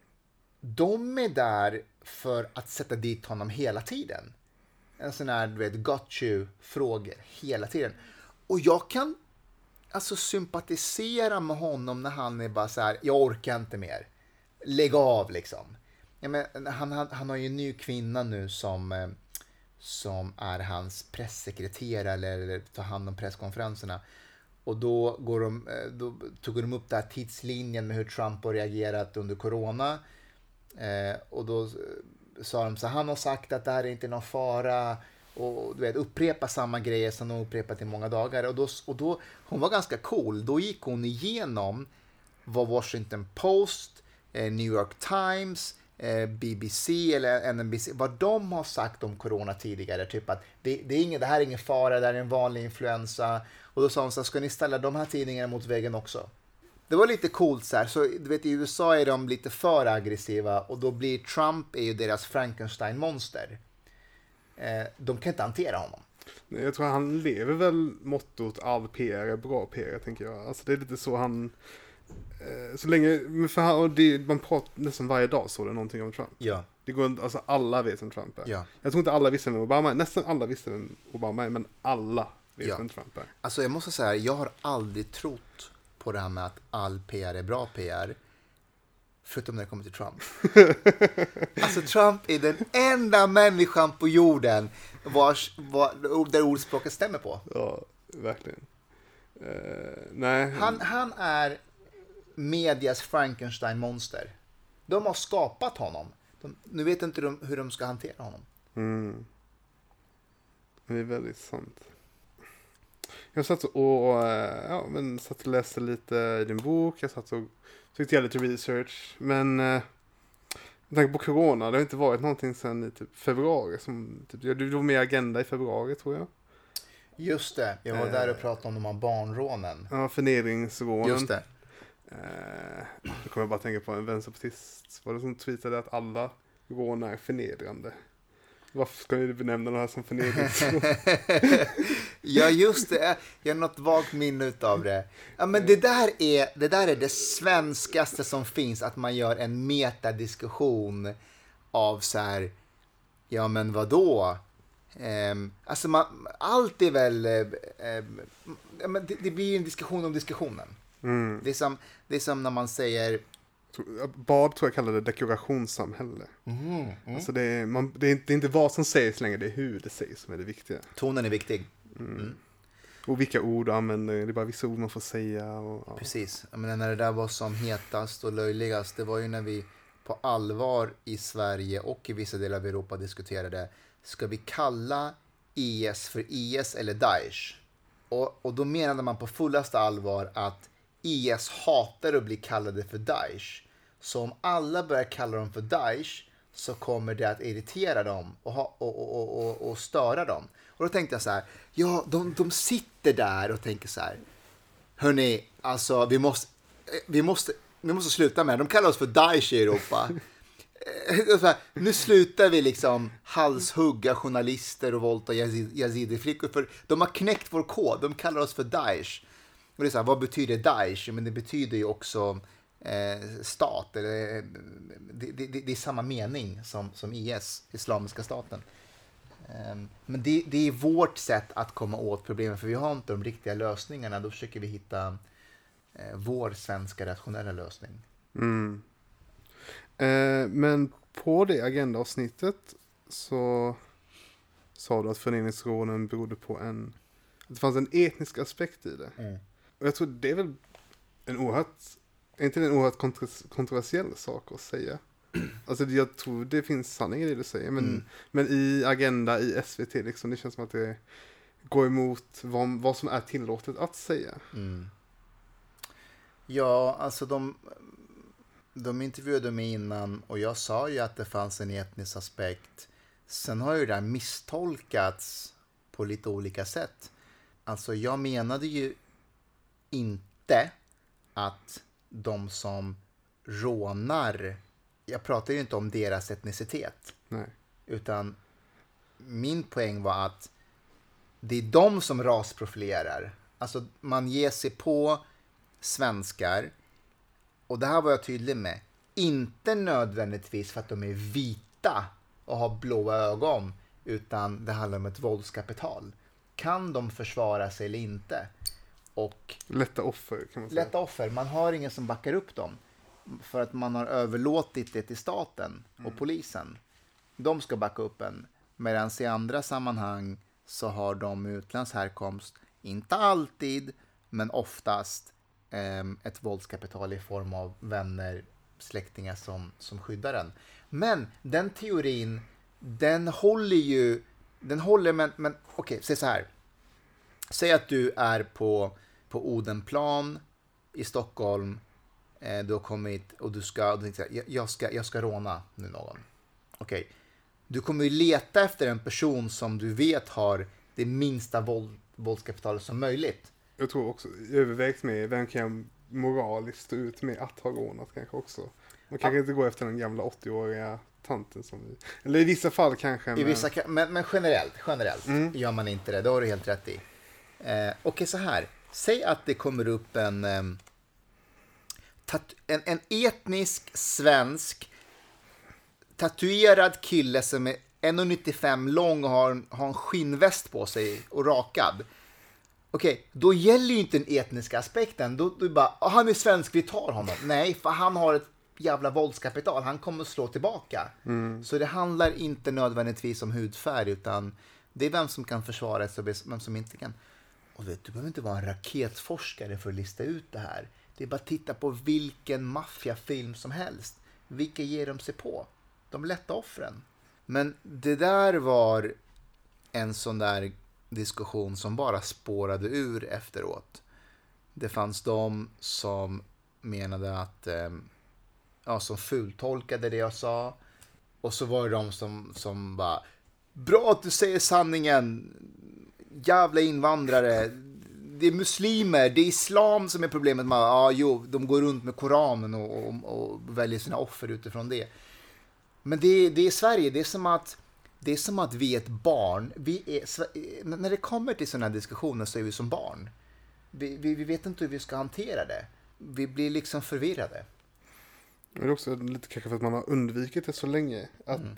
de är där för att sätta dit honom hela tiden. En sån här, du vet, got you-frågor hela tiden. Och jag kan alltså sympatisera med honom när han är bara så här, jag orkar inte mer. Lägg av liksom. Ja, men, han, han, han har ju en ny kvinna nu som, som är hans pressekreterare eller, eller tar hand om presskonferenserna. Och då, går de, då tog de upp där tidslinjen med hur Trump har reagerat under corona. Eh, och då sa de så han har sagt att det här är inte någon fara. Och du vet, upprepa samma grejer som de upprepat i många dagar. Och då, och då, hon var ganska cool. Då gick hon igenom vad Washington Post, eh, New York Times, eh, B B C eller N N B C, vad de har sagt om corona tidigare. Typ att det, det, är ingen, det här är ingen fara, det här är en vanlig influensa. Och då sa hon så här, ska ni ställa de här tidningarna mot väggen också? Det var lite coolt så här. Så du vet, i U S A är de lite för aggressiva och då blir Trump är ju deras Frankenstein-monster. Eh, de kan inte hantera honom. Jag tror han lever väl mottot all P R är bra P R, tänker jag. Alltså det är lite så han, eh, så länge, men för han, och det, man pratar nästan varje dag så det är någonting om Trump. Ja. Det går inte, alltså alla vet vem Trump är. Ja. Jag tror inte alla visste vem Obama är, nästan alla visste vem Obama är, men alla vet Ja. vem Trump är. Alltså jag måste säga, jag har aldrig trott på det här med att all P R är bra P R. Förutom när det kommer till Trump. Alltså Trump är den enda människan på jorden vars, var, där ordspråket stämmer på. Ja, verkligen. Uh, nej. Han, han är medias Frankenstein-monster. De har skapat honom. De, nu vet inte de hur de ska hantera honom. Mm. Det är väldigt sant. Jag satt och, ja, men satt och läste lite i din bok. Jag satt och försökte göra lite research. Men Tack på corona, det har inte varit någonting sedan i typ februari. Som, typ, du var med i Agenda i februari tror jag. Just det, jag var eh, där och pratade om de här barnrånen. Ja, förnedringsrånen. Just det. Eh, nu kommer jag bara tänka på en vänsterpartist. Var det som tweetade att alla rån är förnedrande? Varför ska ni benämna det här som förnedringsrån? Ja, just det. Jag har något vagt minne av det. Ja, men det där, är, det där är det svenskaste som finns. Att man gör en metadiskussion av så här, ja men vadå? Um, alltså man, allt är väl, um, um, det, det blir en diskussion om diskussionen. Mm. Det, är som, det är som när man säger... Bad tror jag kallar det dekorationssamhälle. Mm, mm. Alltså det, är, man, det, är inte, det är inte vad som sägs längre, det är hur det sägs som är det viktiga. Tonen är viktig. Mm. Mm. Och vilka ord använder, det är bara vissa ord man får säga. Och, ja. Precis, jag menar, när det där var som hetast och löjligast, det var ju när vi på allvar i Sverige och i vissa delar av Europa diskuterade, ska vi kalla I S för I S eller Daesh? Och, och då menade man på fullaste allvar att I S hatar att bli kallade för Daesh. Så om alla börjar kalla dem för Daesh så kommer det att irritera dem och, ha, och, och, och, och störa dem. Och då tänkte jag så här, ja, de, de sitter där och tänker så här, hörni, alltså vi måste, vi måste, vi måste sluta med det. De kallar oss för Daesh i Europa. Här, nu slutar vi liksom halshugga journalister och våldta yazidi-flickor, för de har knäckt vår kod. De kallar oss för Daesh. Och det är så här, vad betyder Daesh? Men det betyder ju också eh, stat. Eller, det, det, det är samma mening som, som I S, Islamiska staten. Um, men det, det är vårt sätt att komma åt problemen, för vi har inte de riktiga lösningarna. Då försöker vi hitta eh, vår svenska rationella lösning. Mm. Eh, men på det agendaavsnittet så sa du att förnedringsrånen berodde på en, att det fanns en etnisk aspekt i det. Mm. Och jag tror det är väl en oerhört, är inte det en oerhört kontro- kontroversiell sak att säga? Alltså jag tror det finns sanning i det du säger, men, mm. men i Agenda, i S V T liksom, det känns som att det går emot vad, vad som är tillåtet att säga. Mm. Ja, alltså de, de intervjuade mig innan och jag sa ju att det fanns en etnisk aspekt. Sen har ju det här misstolkats på lite olika sätt. Alltså jag menade ju inte att de som rånar, jag pratar ju inte om deras etnicitet. Nej. Utan min poäng var att det är de som rasprofilerar. Alltså man ger sig på svenskar, och det här var jag tydlig med, inte nödvändigtvis för att de är vita och har blåa ögon, utan det handlar om ett våldskapital. Kan de försvara sig eller inte? Och lätta offer kan man säga. Lätta offer, man har ingen som backar upp dem. För att man har överlåtit det till staten och mm. polisen. De ska backa upp en. Medan i andra sammanhang så har de utländsk härkomst, inte alltid, men oftast eh, ett våldskapital i form av vänner, släktingar som, som skyddar den. Men den teorin, den håller ju, den håller, men, men okej, säg så här. Säg att du är på, på Odenplan i Stockholm. Du har kommit och du ska, du tänker, jag, ska jag ska råna nu någon. Okej. Okay. Du kommer ju leta efter en person som du vet har det minsta våld, våldskapitalet som möjligt. Jag tror också, övervägt med vem kan jag moraliskt stå ut med att ha rånat kanske också. Man kanske ja. inte gå efter den gamla åttio-åriga tanten som vi, eller i vissa fall kanske. I men... vissa, men, men generellt, generellt mm. gör man inte det, då har du helt rätt i. Eh, Okej, okay, så här. Säg att det kommer upp en... Eh, En, en etnisk svensk tatuerad kille som är en komma nittiofem lång och har, har en skinnväst på sig och rakad. Okej, okay, då gäller ju inte den etniska aspekten. Då, då bara, oh, han är svensk, vi tar honom. Nej, för han har ett jävla våldskapital. Han kommer slå tillbaka. Mm. Så det handlar inte nödvändigtvis om hudfärg, utan det är vem som kan försvara sig och vem som inte kan. Och vet, du behöver inte vara en raketforskare för att lista ut det här. Det är bara att titta på vilken maffiafilm som helst. Vilka ger de sig på? De lätta offren. Men det där var en sån där diskussion som bara spårade ur efteråt. Det fanns de som menade att eh, ja, som fultolkade det jag sa. Och så var det de som, som bara, bra att du säger sanningen, jävla invandrare, det är muslimer, det är islam som är problemet. Man, ja, jo, de går runt med Koranen och, och, och väljer sina offer utifrån det. Men det, det är Sverige, det är som att det är som att vi är ett barn. Vi är, när det kommer till sådana här diskussioner så är vi som barn. Vi, vi, vi vet inte hur vi ska hantera det. Vi blir liksom förvirrade. Det är också lite kanske för att man har undvikit det så länge. Att mm.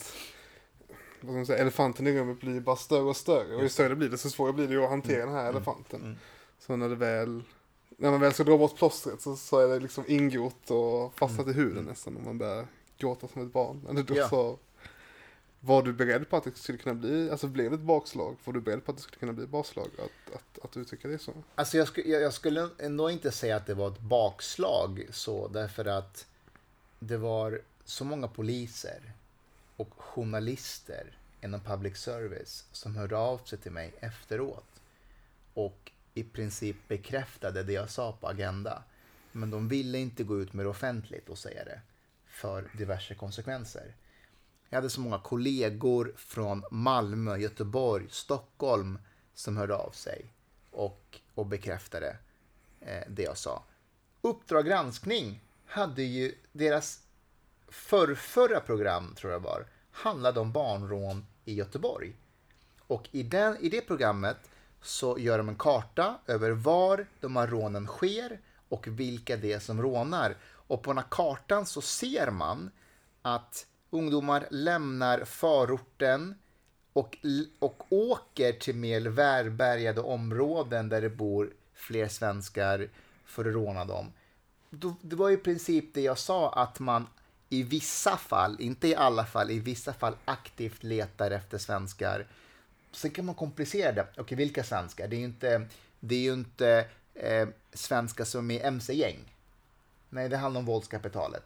vad ska man säga, elefanten i rummet blir bara större och större. Och ju större det blir det, så svårare blir det att hantera mm. den här elefanten. Mm. Så när det väl när man väl ska dra bort plåstret så, så är det liksom ingrott och fastnat mm. i huden nästan. Och man börjar gråta som ett barn. Eller då ja. så, var du beredd på att det skulle kunna bli, alltså blev det ett bakslag? Var du beredd på att det skulle kunna bli ett bakslag? Att, att, att uttrycka det så? Alltså jag, sk- jag, jag skulle ändå inte säga att det var ett bakslag så, därför att det var så många poliser och journalister inom public service som hörde av sig till mig efteråt och i princip bekräftade det jag sa på Agenda. Men de ville inte gå ut med det offentligt och säga det för diverse konsekvenser. Jag hade så många kollegor från Malmö, Göteborg, Stockholm som hörde av sig och, och bekräftade eh, det jag sa. Uppdrag granskning hade ju deras förrförra program, tror jag var, handlade om barnrån i Göteborg. Och i, den, i det programmet så gör de en karta över var de här rånen sker och vilka det är som rånar. Och på den här kartan så ser man att ungdomar lämnar förorten och, och åker till mer välbärgade områden där det bor fler svenskar för att råna dem. Det var i princip det jag sa, att man i vissa fall, inte i alla fall, i vissa fall aktivt letar efter svenskar. Sen kan man komplicera det. Okej, vilka svenskar? Det är ju inte, det är ju inte eh, svenskar som är M C-gäng. Nej, det handlar om våldskapitalet.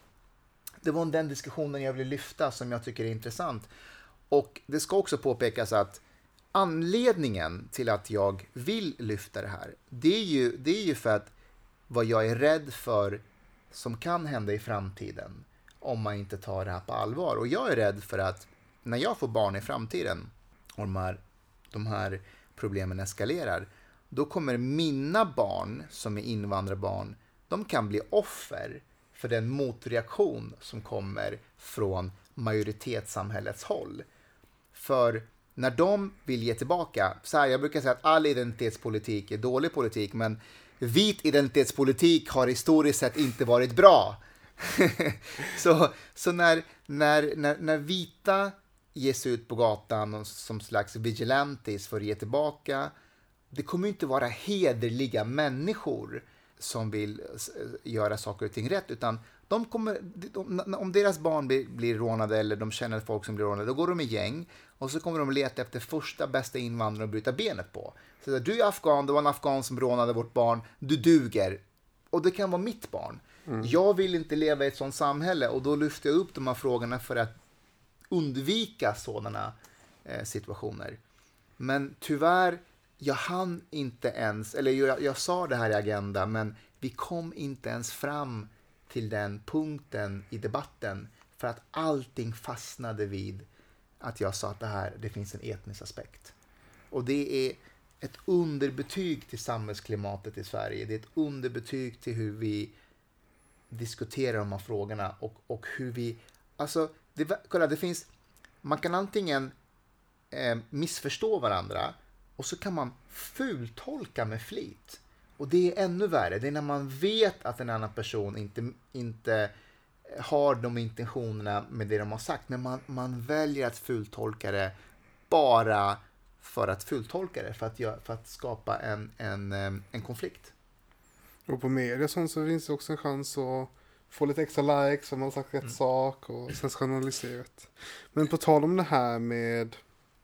Det var den diskussionen jag ville lyfta som jag tycker är intressant. Och det ska också påpekas att anledningen till att jag vill lyfta det här, det är ju, det är ju för att vad jag är rädd för som kan hända i framtiden om man inte tar det här på allvar. Och jag är rädd för att när jag får barn i framtiden och de här, de här problemen eskalerar, då kommer mina barn som är invandrarbarn, de kan bli offer för den motreaktion som kommer från majoritetssamhällets håll. För när de vill ge tillbaka, så här, jag brukar säga att all identitetspolitik är dålig politik, men vit identitetspolitik har historiskt sett inte varit bra. så så när, när, när, när vita ges ut på gatan som slags vigilantes för att ge tillbaka, det kommer inte vara hederliga människor som vill göra saker och ting rätt, utan de kommer, de, om deras barn blir, blir rånade eller de känner folk som blir rånade, då går de i gäng och så kommer de leta efter första bästa invandrare att bryta benet på. Så du är afghan, det var en afghan som rånade vårt barn, du duger. Och det kan vara mitt barn. Mm. Jag vill inte leva i ett sånt samhälle, och då lyfter jag upp de här frågorna för att undvika sådana eh, situationer. Men tyvärr, jag hann inte ens, eller jag, jag sa det här i Agenda, men vi kom inte ens fram till den punkten i debatten för att allting fastnade vid att jag sa att det här, det finns en etnisk aspekt. Och det är ett underbetyg till samhällsklimatet i Sverige. Det är ett underbetyg till hur vi diskuterar de här frågorna och, och hur vi, alltså, det, kolla, det finns, man kan antingen eh, missförstå varandra och så kan man fultolka med flit. Och det är ännu värre. Det är när man vet att en annan person inte, inte har de intentionerna med det de har sagt. Men man, man väljer att fultolka det bara för att fultolka det. För att, göra, för att skapa en, en, en konflikt. Och på media så finns det också en chans att få lite extra likes om man har sagt rätt mm. sak och sensationaliserat. Men på tal om det här med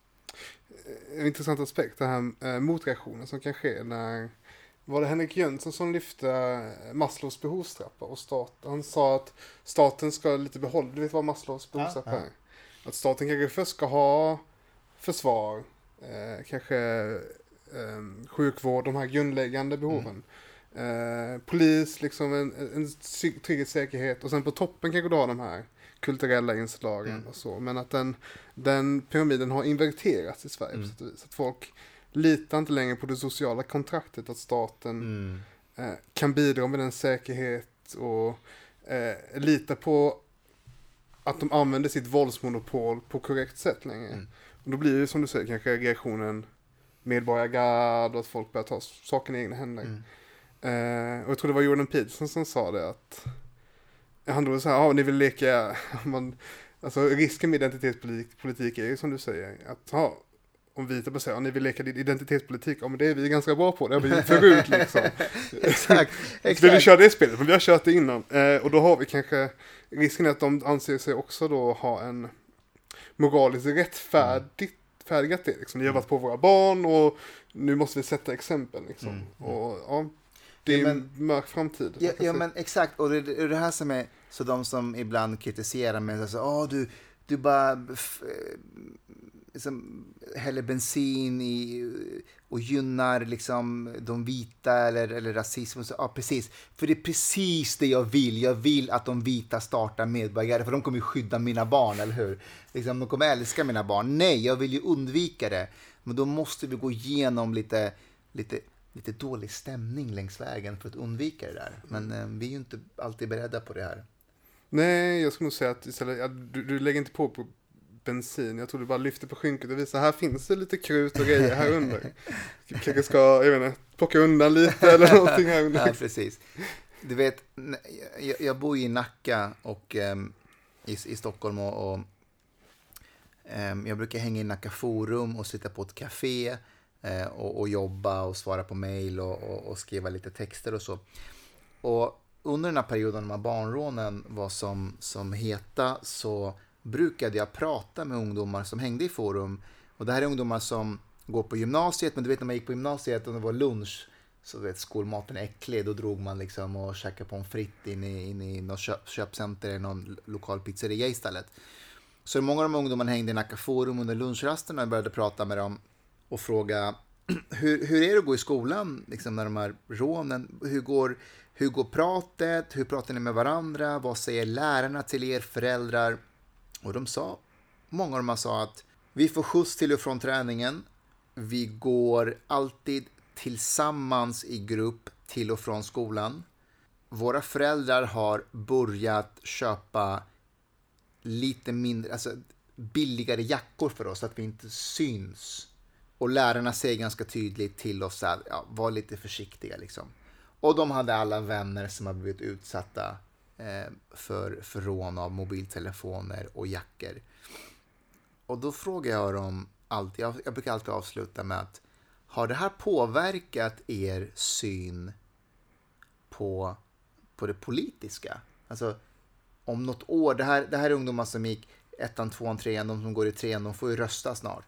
en intressant aspekt, det här eh, motreaktionen som kan ske när, var det Henrik Jönsson som lyfte Maslows behovstrappa och stat, han sa att staten ska lite behålla, du vet vad Maslows behovstrappa är? Att staten kanske först ska ha försvar, eh, kanske eh, sjukvård, de här grundläggande behoven. eh, polis, liksom en, en trygghetssäkerhet. Och sen på toppen kanske du har de här kulturella inslagen mm. och så. Men att den, den pyramiden har inverterats i Sverige mm. på sätt och vis. Att folk litar inte längre på det sociala kontraktet, att staten mm. eh, kan bidra med den säkerhet och eh, lita på att de använder sitt våldsmonopol på korrekt sätt längre. Mm. Och då blir det som du säger kanske reaktionen medborgargard och att folk börjar ta saken i egna händer. Mm. Eh, och jag tror det var Jordan Peterson som sa det, att han då så här, ja, ni vill leka man, alltså risken med identitetspolitik är ju som du säger, att ja, om vita bara säger, ja, ni vill leka identitetspolitik, ja men det är vi ganska bra på, det har vi gjort förut liksom. Exakt, exakt. Vi vill köra det spelet, men vi har kört det innan. Eh, och då har vi kanske, risken är att de anser sig också då ha en moraliskt rättfärdigt färdigat det liksom. Ni har varit på våra barn och nu måste vi sätta exempel liksom. Mm. Och ja, det är ja, men, en mörk framtid. Ja, ja men exakt, och det är det här som är så de som ibland kritiserar mig så åh oh, du du bara f- liksom häller bensin i och gynnar liksom de vita eller eller rasism och så. Ja, precis. För det är precis det jag vill. Jag vill att de vita startar medborgare, för de kommer ju skydda mina barn, eller hur? Liksom, de kommer älska mina barn. Nej, jag vill ju undvika det. Men då måste vi gå igenom lite lite lite dålig stämning längs vägen för att undvika det där. Men eh, vi är ju inte alltid beredda på det här. Nej, jag skulle nog säga att istället, ja, du, du lägger inte på på bensin. Jag tror du bara lyfter på skynket och visar, här finns det lite krut och grejer här under. Kanske ska, jag vet inte, plocka undan lite eller någonting här under. Ja, precis. Du vet, jag, jag bor i Nacka och um, i, i Stockholm och, och um, jag brukar hänga i Nacka Forum och sitta på ett café uh, och, och jobba och svara på mejl och, och, och skriva lite texter och så. Och under den här perioden när barnrånen var som, som heta så brukade jag prata med ungdomar som hängde i Forum. Och det här är ungdomar som går på gymnasiet, men du vet när man gick på gymnasiet och det var lunch, så vet skolmaten är äcklig, då drog man liksom och käkade pommes frites in i, in i något köp, köpcenter eller någon lokal pizzeria istället. Så många av de ungdomarna hängde i Nacka Forum under lunchrasten och jag började prata med dem och fråga hur, hur är det att gå i skolan liksom, när de här rånen, hur går, hur går pratet, hur pratar ni med varandra, vad säger lärarna till er föräldrar? Och de sa, många av dem sa att vi får skjuts till och från träningen, vi går alltid tillsammans i grupp till och från skolan. Våra föräldrar har börjat köpa lite mindre, alltså billigare jackor för oss så att vi inte syns. Och lärarna säger ganska tydligt till oss att ja, var lite försiktiga liksom. Och de hade alla vänner som har blivit utsatta eh, för, för rån av mobiltelefoner och jackor. Och då frågar jag dem alltid, jag, jag brukar alltid avsluta med att har det här påverkat er syn på, på det politiska? Alltså om något år, det här, det här är ungdomar som gick ettan, tvåan, trean, de som går i trean, de får ju rösta snart.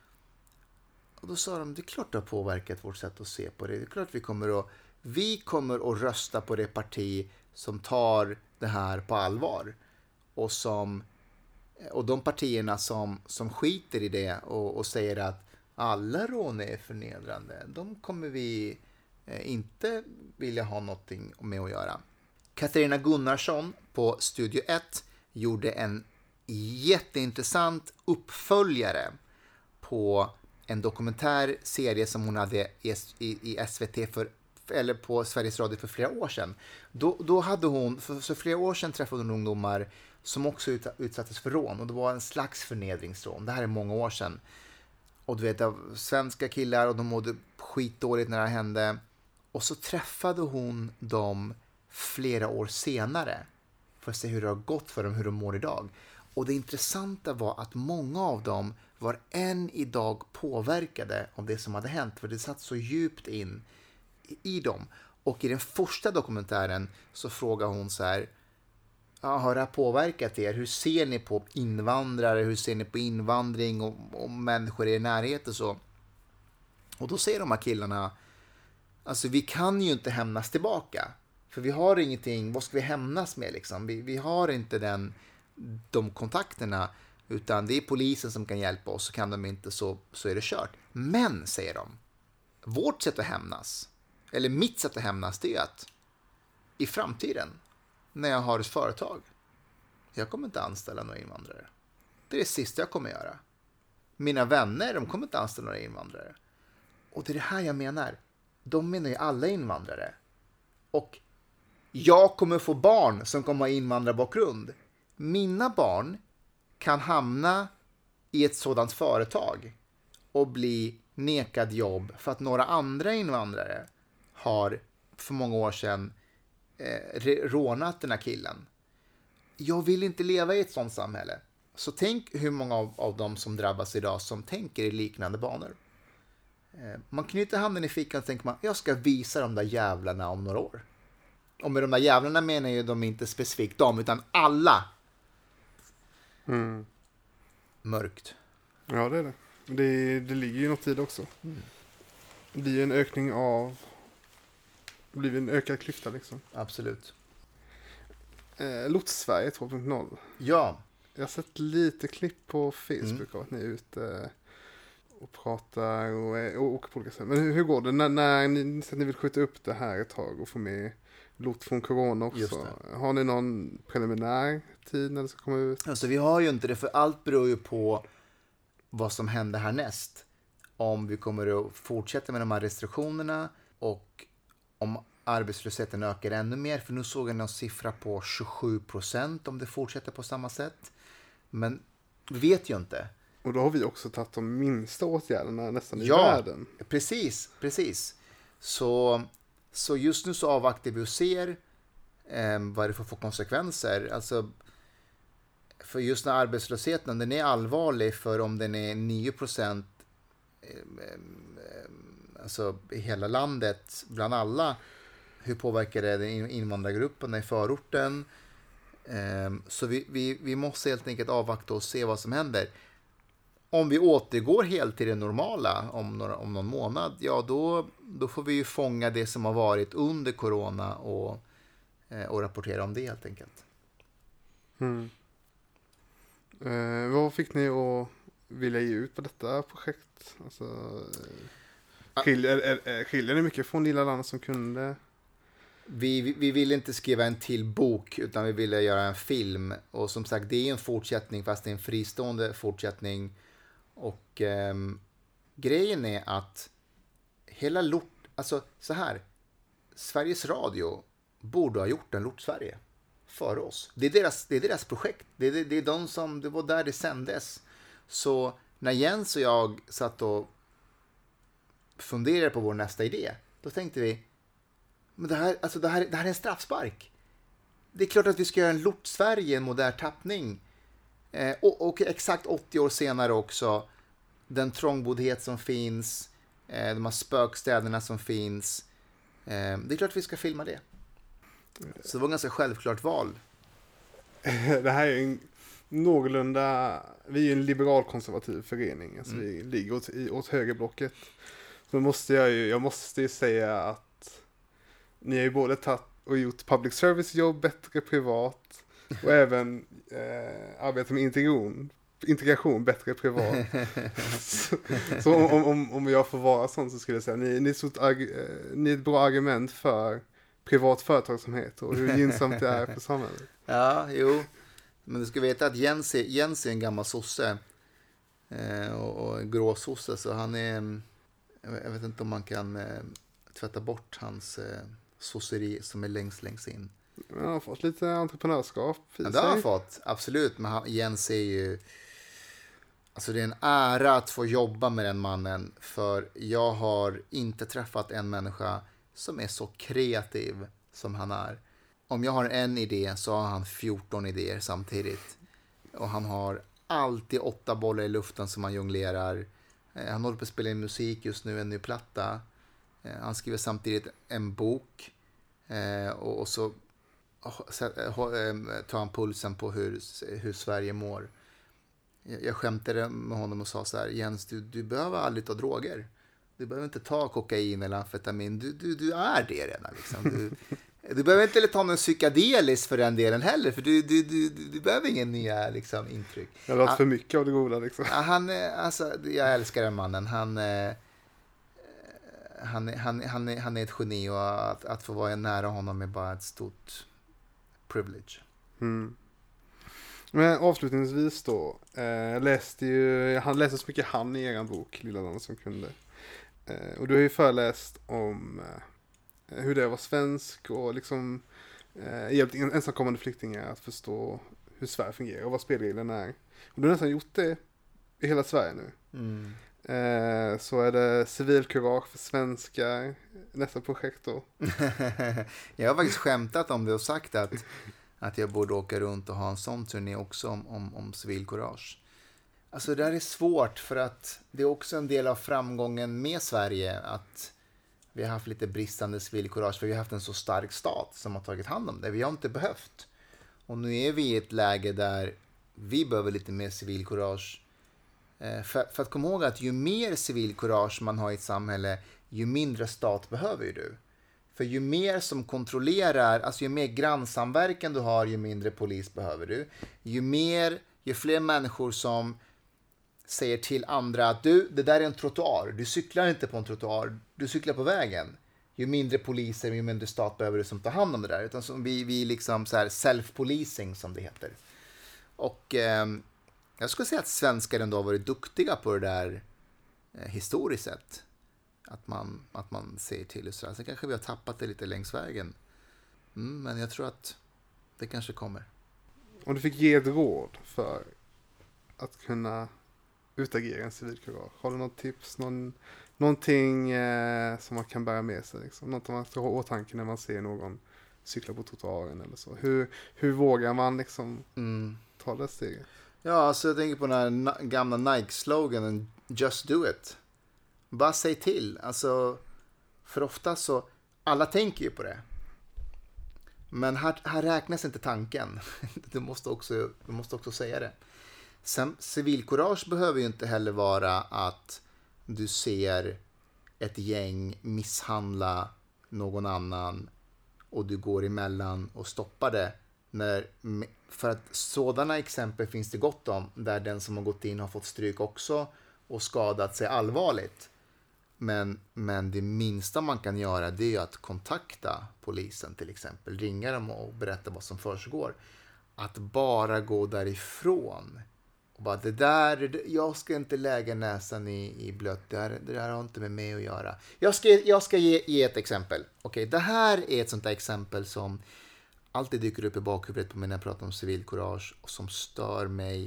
Och då sa de, det är klart det har påverkat vårt sätt att se på det. Det är klart vi kommer att, vi kommer att rösta på det parti som tar det här på allvar. Och, som, och de partierna som, som skiter i det och, och säger att alla rån är förnedrande, de kommer vi eh, inte vilja ha någonting med att göra. Katarina Gunnarsson på Studio ett gjorde en jätteintressant uppföljare på en dokumentärserie som hon hade i, i, i S V T för, eller på Sveriges Radio för flera år sedan. Då, då hade hon, för, för flera år sedan träffade hon ungdomar som också ut, utsattes för rån. Och det var en slags förnedringsrån. Det här är många år sedan. Och du vet, av svenska killar och de mådde skitdåligt när det hände. Och så träffade hon dem flera år senare för att se hur det har gått för dem, hur de mår idag. Och det intressanta var att många av dem var än idag påverkade av det som hade hänt. För det satt så djupt in i, i dem. Och i den första dokumentären så frågar hon så här, ja, har det här påverkat er? Hur ser ni på invandrare? Hur ser ni på invandring och, och människor i er närhet och så? Och då säger de här killarna, alltså vi kan ju inte hämnas tillbaka. För vi har ingenting, vad ska vi hämnas med liksom? Vi, vi har inte den, de kontakterna, utan det är polisen som kan hjälpa oss. Så kan de inte, så, så är det kört. Men, säger de, vårt sätt att hämnas, eller mitt sätt att hämnas, det är att i framtiden, när jag har ett företag, jag kommer inte anställa några invandrare. Det är det sista jag kommer göra. Mina vänner, de kommer inte anställa några invandrare. Och det är det här jag menar. De menar ju alla invandrare. Och jag kommer få barn som kommer ha invandrarbakgrund. Mina barn kan hamna i ett sådant företag och bli nekad jobb för att några andra invandrare har för många år sedan eh, rånat den här killen. Jag vill inte leva i ett sådant samhälle. Så tänk hur många av, av dem som drabbas idag som tänker i liknande banor. Eh, man knyter handen i fickan och tänker man, jag ska visa de där jävlarna om några år. Och med de där jävlarna menar ju de inte specifikt dem, utan alla. Mm. Mörkt. Ja, det är det. Det, det ligger ju något tid också. Mm. Det blir ju en ökning av... Det blir en ökad klyfta liksom. Absolut. Eh, Lots-Sverige två punkt noll. Ja. Jag har sett lite klipp på Facebook Mm. av att ni är ute och pratar och, och åker på olika sätt. Men hur, hur går det när, när ni, så att ni vill skjuta upp det här ett tag och få med lot från corona också? Har ni någon preliminär tid när det ska komma ut? Alltså vi har ju inte det, för allt beror ju på vad som händer härnäst. Om vi kommer att fortsätta med de här restriktionerna och om arbetslösheten ökar ännu mer. För nu såg jag någon siffra på tjugosju procent om det fortsätter på samma sätt. Men vi vet ju inte. Och då har vi också tagit de minsta åtgärderna nästan i ja, världen. Precis, precis. Så, så just nu så avvaktar vi och ser eh, vad det får få konsekvenser. Alltså, för just när arbetslösheten, den är allvarlig, för om den är nio procent eh, eh, alltså i hela landet, bland alla, hur påverkar det invandrargrupperna i förorten? Eh, så vi, vi, vi måste helt enkelt avvakta och se vad som händer. Om vi återgår helt till det normala om, några, om någon månad, ja då, då får vi ju fånga det som har varit under corona och, eh, och rapportera om det helt enkelt. Mm. Eh, vad fick ni att vilja ge ut på detta projekt? Alltså, skiljer, är, är, skiljer det mycket från Lilla landet som kunde? Vi, vi, vi ville inte skriva en till bok, utan vi ville göra en film. Och som sagt, det är en fortsättning, fast det är en fristående fortsättning. Och eh, grejen är att hela Lort, alltså så här, Sveriges Radio borde ha gjort en Lort-Sverige för oss. Det är deras, det är deras projekt. Det är, det, det är de som, det var där det sändes. Så när Jens och jag satt och funderade på vår nästa idé, då tänkte vi, men det här, alltså det här, det här är en straffspark. Det är klart att vi ska göra en Lort-Sverige, en modern tappning. Eh, och, och exakt åttio år senare också, den trångboddhet som finns, eh, de här spökstäderna som finns. Eh, det är klart att vi ska filma det. Så det var ett ganska självklart val. Det här är en någorlunda, vi är en liberal-konservativ förening. Alltså mm. Vi ligger åt, åt högerblocket. Så måste jag ju, jag måste ju säga att ni har ju både tagit och gjort public service-jobb bättre privat och även eh, arbetat med integration, integration bättre privat. så så om, om, om jag får vara sån så skulle jag säga ni, ni, är, så, ni är ett bra argument för privat företagsamhet och hur gynnsamt det är för samhället. Ja, jo. Men du ska veta att Jens är, Jens är en gammal sosse eh, och, och en grå sosse, så han är, jag vet inte om man kan eh, tvätta bort hans eh, sosseri som är längst längst in. Han har fått lite entreprenörskap i ja, det sig. har han fått, absolut. Men han, Jens är ju, alltså det är en ära att få jobba med den mannen, för jag har inte träffat en människa som är så kreativ som han är. Om jag har en idé så har han fjorton idéer samtidigt. Och han har alltid åtta bollar i luften som han jonglerar. Han håller på att spela in musik just nu, en ny platta. Han skriver samtidigt en bok. Och så tar han pulsen på hur, hur Sverige mår. Jag skämtade med honom och sa så här: Jens, du, du behöver aldrig ta droger. Du behöver inte ta kokain eller amfetamin. Du, du, du är det redan. Liksom. Du, du behöver inte ta någon psykedelis för den delen heller. För du, du, du, du behöver ingen nya liksom, intryck. Jag har låtit för mycket av det goda. Liksom. Han, alltså, jag älskar den mannen. Han, han, är, han, han, är, han är ett geni och att, att få vara nära honom är bara ett stort privilege. Mm. Men avslutningsvis då, eh, läste ju, han läste så mycket han i er bok, Lilla landet som kunde. Eh, och du har ju föreläst om eh, hur det är att vara svensk och liksom eh, hjälpt ensamkommande flyktingar att förstå hur Sverige fungerar och vad spelreglerna är. Och du har nästan gjort det i hela Sverige nu. Mm. Eh, så är det civilkurage för svenskar, nästa projekt då. Jag har faktiskt skämtat om det och sagt att, att jag borde åka runt och ha en sån turné också om, om, om civilkurage. Alltså det här är svårt för att det är också en del av framgången med Sverige att vi har haft lite bristande civilkurage för vi har haft en så stark stat som har tagit hand om det. Vi har inte behövt. Och nu är vi i ett läge där vi behöver lite mer civilkurage. För, för att komma ihåg att ju mer civilkurage man har i ett samhälle, ju mindre stat behöver ju du. För ju mer som kontrollerar, alltså ju mer grannsamverkan du har, ju mindre polis behöver du. Ju mer, ju fler människor som säger till andra att du, det där är en trottoar, du cyklar inte på en trottoar, du cyklar på vägen. Ju mindre poliser, ju mindre stat behöver du som tar hand om det där. Utan som vi, vi liksom så här self-policing som det heter. Och eh, jag skulle säga att svenskar ändå har varit duktiga på det där eh, historiskt sett. Att man, att man ser till och sådär. Sen kanske vi har tappat det lite längs vägen. Mm, men jag tror att det kanske kommer. Om du fick ge ett råd för att kunna utagera en civilkurage. Har du något tips? Någon, någonting eh, som man kan bära med sig? Liksom? Något man ska ha i åtanke när man ser någon cykla på trottoaren eller så. Hur, hur vågar man liksom mm. ta det steget? Ja, alltså jag tänker på den här gamla Nike-sloganen Just do it. Bara säg till. Alltså, för ofta så, alla tänker ju på det. Men här, här räknas inte tanken. Du måste också, du måste också säga det. Sen, civilkurage behöver ju inte heller vara att du ser ett gäng misshandla någon annan och du går emellan och stoppar det. När, för att sådana exempel finns det gott om där den som har gått in har fått stryk också och skadat sig allvarligt. Men, men det minsta man kan göra det är att kontakta polisen till exempel. Ringa dem och berätta vad som försiggår. Att bara gå därifrån. Och bara, det där, jag ska inte lägga näsan i, i blött. Det, här, det där har inte med mig att göra. Jag ska, jag ska ge, ge ett exempel. Okej, det här är ett sånt där exempel som alltid dyker upp i bakhuvudet på mig när jag pratar om civilkurage. Och som stör mig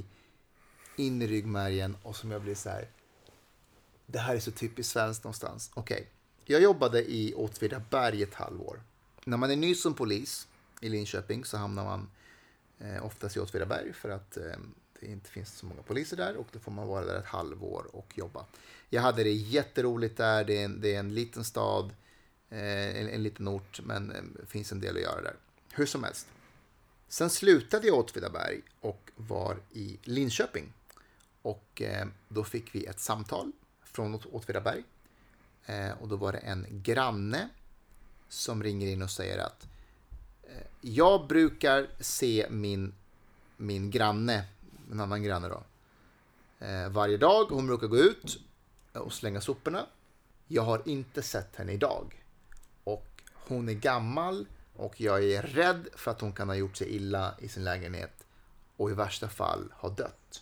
in i ryggmärgen. Och som jag blir så här... Det här är så typiskt svenskt någonstans. Okej, okay. Jag jobbade i Åtvidaberg ett halvår. När man är ny som polis i Linköping så hamnar man eh, oftast i Åtvidaberg för att eh, det inte finns så många poliser där och då får man vara där ett halvår och jobba. Jag hade det jätteroligt där. Det är en, det är en liten stad, eh, en, en liten ort, men det eh, finns en del att göra där. Hur som helst. Sen slutade jag i Åtvidaberg och var i Linköping. Och eh, då fick vi ett samtal från Åtvidaberg. Eh, och då var det en granne som ringer in och säger att eh, jag brukar se min, min granne, en annan granne då, eh, varje dag. Hon brukar gå ut och slänga soporna. Jag har inte sett henne idag. Och hon är gammal och jag är rädd för att hon kan ha gjort sig illa i sin lägenhet och i värsta fall ha dött.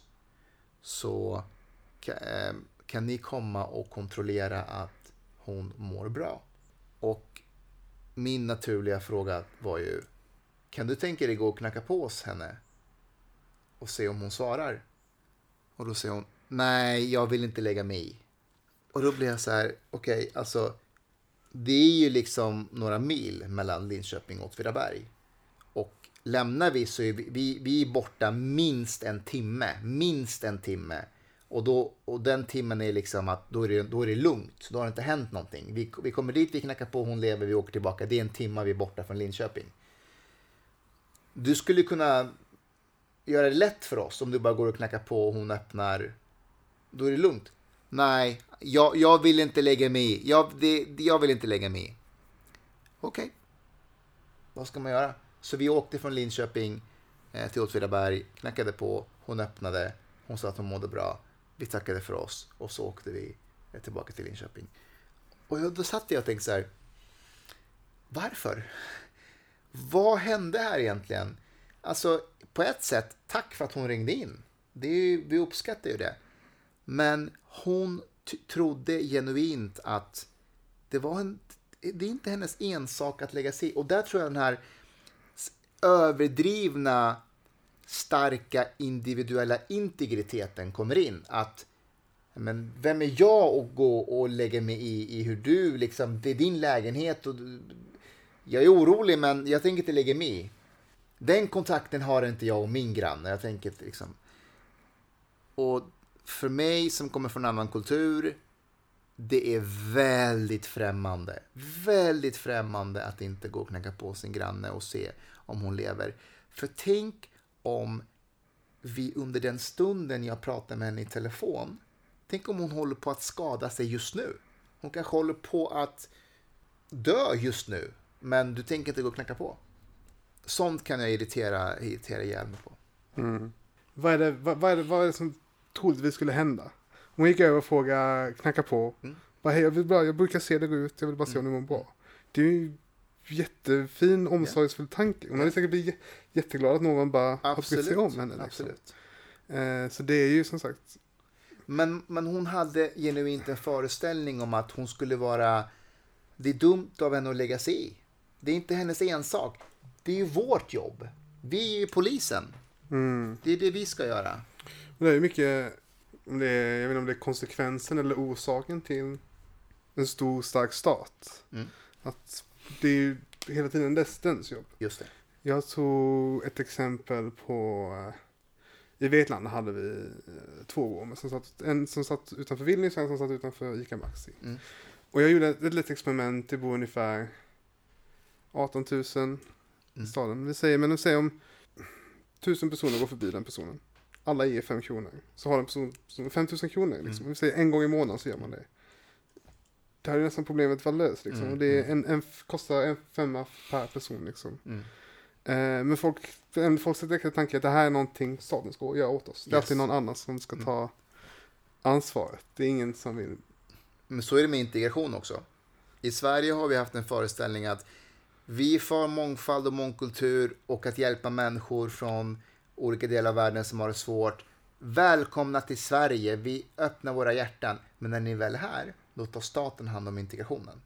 Så eh, kan ni komma och kontrollera att hon mår bra? Och min naturliga fråga var ju, kan du tänka dig gå och knacka på hos henne och se om hon svarar? Och då säger hon, nej, jag vill inte lägga mig i. Och då blir jag så här, okej, okay, alltså det är ju liksom några mil mellan Linköping och Åtvidaberg. Och lämnar vi så är vi, vi, vi är borta minst en timme, minst en timme. Och, då, och den timmen är liksom att då är, det, då är det lugnt. Då har det inte hänt någonting. Vi, vi kommer dit, vi knackar på, hon lever, vi åker tillbaka. Det är en timme vi är borta från Linköping. Du skulle kunna göra det lätt för oss om du bara går och knackar på och hon öppnar. Då är det lugnt. Nej, jag, jag vill inte lägga mig i. Jag, det, jag vill inte lägga mig i. Okej. Okay. Vad ska man göra? Så vi åkte från Linköping eh, till Åtvidaberg, knackade på, hon öppnade, hon sa att hon mådde bra. Vi tackade för oss och så åkte vi tillbaka till Linköping. Och jag, då satt jag och tänkte så här, varför? Vad hände här egentligen? Alltså, på ett sätt, tack för att hon ringde in. Det är, vi uppskattar ju det. Men hon t- trodde genuint att det var en, det är inte hennes ensak att lägga sig i. Och där tror jag den här överdrivna, starka individuella integriteten kommer in. Att, men vem är jag att gå och lägga mig i, i hur du, liksom, det är din lägenhet och du, jag är orolig men jag tänker inte lägga mig i. Den kontakten har inte jag och min granne. Jag tänker liksom. Och för mig som kommer från en annan kultur, det är väldigt främmande. Väldigt främmande att inte gå och knacka på sin granne och se om hon lever. För tänk om vi under den stunden jag pratar med henne i telefon, tänk om hon håller på att skada sig just nu. Hon kanske håller på att dö just nu, men du tänker inte gå och knacka på. Sånt kan jag irritera, irritera ihjäl mig på. Mm. Vad, är det, vad, vad, är det, vad är det som troligtvis skulle hända? Hon gick över och frågade, knacka på. Mm. Bara, hej, jag, vill bara, jag brukar se det gå ut, jag vill bara se om det mår bra. Det är ju jättefin, omsorgsfull tanke. Hon hade säkert blivit jätteglad att någon bara har brytt sig om henne. Liksom. Absolut. Eh, så det är ju som sagt. Men, men hon hade genuint en föreställning om att hon skulle vara, det är dumt av henne att lägga sig i. Det är inte hennes ensak. Det är ju vårt jobb. Vi är ju polisen. Mm. Det är det vi ska göra. Det är ju mycket, om det är, jag vet inte om det är konsekvensen eller orsaken till en stor stark stat. Mm. Att det är ju hela tiden dess jobb. Just det. Jag tog ett exempel på, i Vetlanda hade vi två romer som satt, en som satt utanför Vilnius och en som satt utanför Ica Maxi. Mm. Och jag gjorde ett, ett litet experiment, det bor ungefär arton tusen i mm. staden. Vi säger, men de säger om tusen personer går förbi den personen. Alla ger fem kronor. Så har den personen fem tusen kronor. Liksom. Mm. Vi säger en gång i månaden så gör man det. Det här är nästan problemet var löst. Liksom. Mm. Och det är en, en, kostar en femma per person. Liksom. Mm. Eh, men folk, folk sätter direkt tanken att det här är någonting staten ska göra åt oss. Det är yes. alltid någon annan som ska ta mm. ansvaret. Det är ingen som vill. Men så är det med integration också. I Sverige har vi haft en föreställning att vi är för mångfald och mångkultur och att hjälpa människor från olika delar av världen som har det svårt. Välkomna till Sverige. Vi öppnar våra hjärtan. Men när ni är väl här, då tar staten hand om integrationen.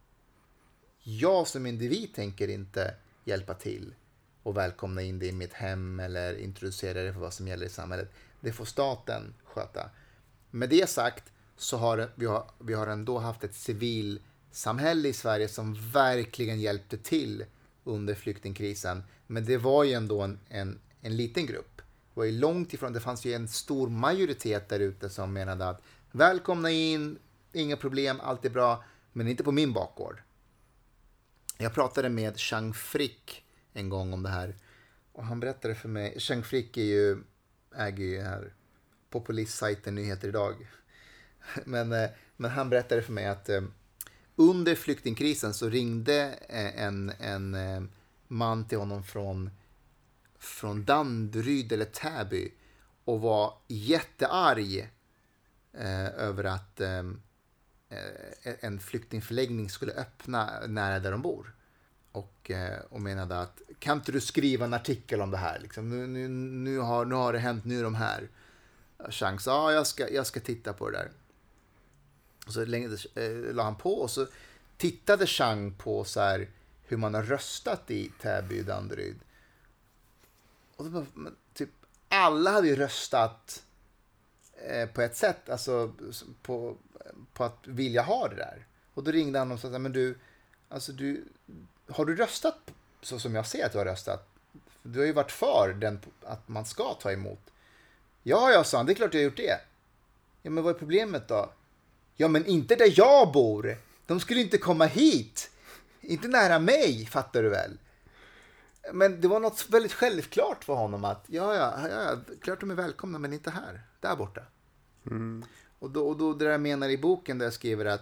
Jag som individ tänker inte hjälpa till och välkomna in det i mitt hem eller introducera det för vad som gäller i samhället. Det får staten sköta. Med det sagt så har vi, har, vi har ändå haft ett civilsamhälle i Sverige som verkligen hjälpte till under flyktingkrisen. Men det var ju ändå en, en, en liten grupp. Det var ju långt ifrån, det fanns ju en stor majoritet där ute som menade att välkomna in, inga problem, allt är bra, men inte på min bakgård. Jag pratade med Chang Frick en gång om det här och han berättade för mig, Chang Frick är ju, äger ju här populistsajten Nyheter idag. Men, men han berättade för mig att under flyktingkrisen så ringde en, en man till honom från, från Danderyd eller Täby och var jättearg eh, över att eh, en flyktingförläggning skulle öppna nära där de bor. Och, eh, och menade att kan inte du skriva en artikel om det här? Liksom, nu, nu, nu, har, nu har det hänt, nu är de här. Chans, ja jag ska, jag ska titta på det där. Och så länge, eh, la han på och så tittade Chang på så här, hur man har röstat i Täby och Danderyd. Och så bara, men, typ, alla hade ju röstat eh, på ett sätt, alltså på, på att vilja ha det där. Och då ringde han och sa, men du, alltså du, har du röstat så som jag ser att du har röstat? Du har ju varit för den, att man ska ta emot. Ja, jag sa, det är klart jag har gjort det. Ja, men vad är problemet då? Ja, men inte där jag bor. De skulle inte komma hit. Inte nära mig, fattar du väl? Men det var något väldigt självklart för honom att ja, ja, ja klart de är välkomna, men inte här. Där borta. Mm. Och då, och då det jag menar i boken där jag skriver att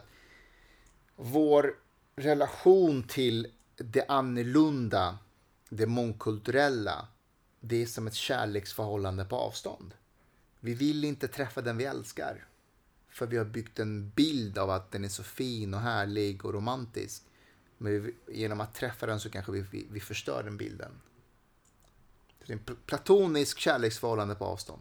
vår relation till det annorlunda, det mångkulturella, det är som ett kärleksförhållande på avstånd. Vi vill inte träffa den vi älskar. för vi har byggt en bild av att den är så fin och härlig och romantisk. Men vi, genom att träffa den så kanske vi, vi, vi förstör den bilden. Det är en platonisk kärleksförhållande på avstånd.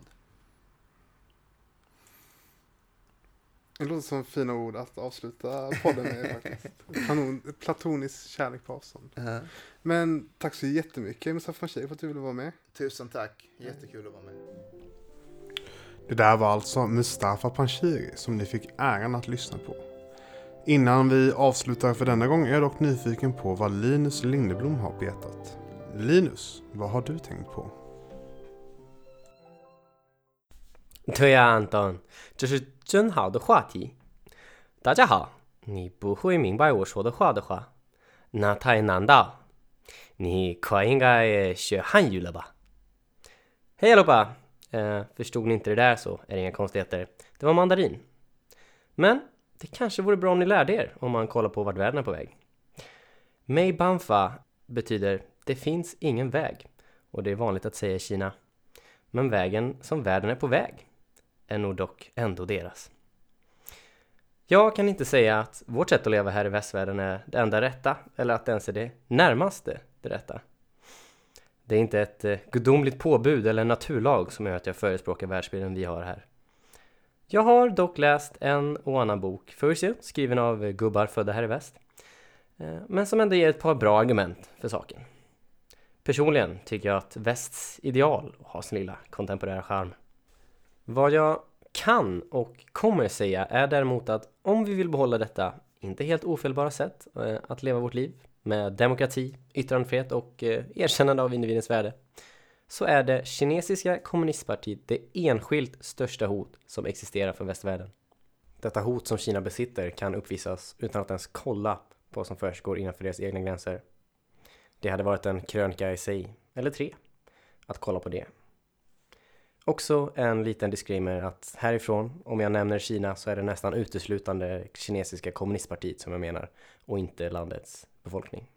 Det låter som fina ord att avsluta podden med faktiskt. Platon, platonisk kärlek på avstånd. Uh-huh. Men tack så jättemycket Mustafa Panshiri för att du ville vara med. Tusen tack, jättekul att vara med. Det där var alltså Mustafa Panshiri som ni fick äran att lyssna på. Innan vi avslutar för denna gång är jag dock nyfiken på vad Linus Lindeblom har betat. Linus, vad har du tänkt på? 对呀，安东，这是真好的话题。大家好，你不会明白我说的话的话，那太难道？你快应该学汉语了吧？ Hej allihopa! Eh, förstod ni inte det där så är det inga konstigheter. Det var mandarin. Men det kanske vore bra om ni lärde er om man kollar på vart världen är på väg. Mei Banfa betyder det finns ingen väg. Och det är vanligt att säga i Kina. Men vägen som världen är på väg är nog dock ändå deras. Jag kan inte säga att vårt sätt att leva här i västvärlden är det enda rätta. Eller att det ens är det närmaste det rätta. Det är inte ett eh, gudomligt påbud eller en naturlag som gör att jag förespråkar världsbilden vi har här. Jag har dock läst en och annan bok förr, skriven av eh, gubbar födda här i väst. Eh, men som ändå ger ett par bra argument för saken. Personligen tycker jag att västs ideal har sin lilla kontemporära charm. Vad jag kan och kommer säga är däremot att om vi vill behålla detta inte helt ofelbara sätt eh, att leva vårt liv med demokrati, yttrandefrihet och eh, erkännande av individens värde, så är det kinesiska kommunistpartiet det enskilt största hot som existerar för västvärlden. Detta hot som Kina besitter kan uppvisas utan att ens kolla på vad som försiggår innanför deras egna gränser. Det hade varit en krönika i sig, eller tre, att kolla på det. Också en liten disclaimer att härifrån, om jag nämner Kina, så är det nästan uteslutande kinesiska kommunistpartiet som jag menar och inte landets befolkning.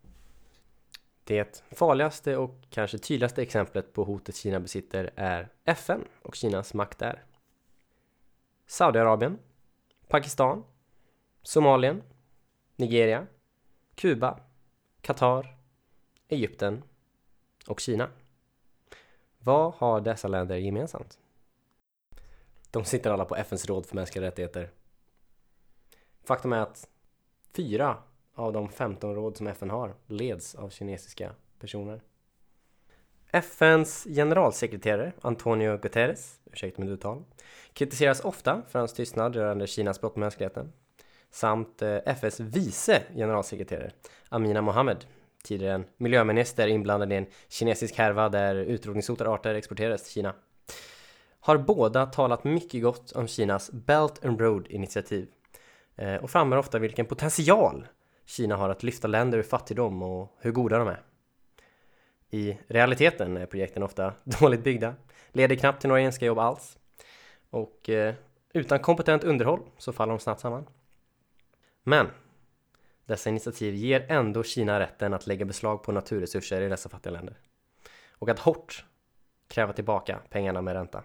Det farligaste och kanske tydligaste exemplet på hotet Kina besitter är F N och Kinas makt där. Saudiarabien, Pakistan, Somalien, Nigeria, Kuba, Qatar, Egypten och Kina. Vad har dessa länder gemensamt? De sitter alla på F N:s råd för mänskliga rättigheter. Faktum är att fyra av de femton råd som F N har leds av kinesiska personer. F N:s generalsekreterare Antonio Guterres, ursäkta mitt uttal, kritiseras ofta för hans tystnad rörande Kinas brott mot mänskligheten. Samt F N:s vice generalsekreterare Amina Mohammed, tidigare en miljöminister inblandad i en kinesisk härva där utrotningshotade arter exporteras till Kina, har båda talat mycket gott om Kinas Belt and Road-initiativ och framhåller ofta vilken potential Kina har att lyfta länder ur fattigdom och hur goda de är. I realiteten är projekten ofta dåligt byggda, leder knappt till några enska jobb alls och eh, utan kompetent underhåll så faller de snabbt samman. Men dessa initiativ ger ändå Kina rätten att lägga beslag på naturresurser i dessa fattiga länder och att hårt kräva tillbaka pengarna med ränta.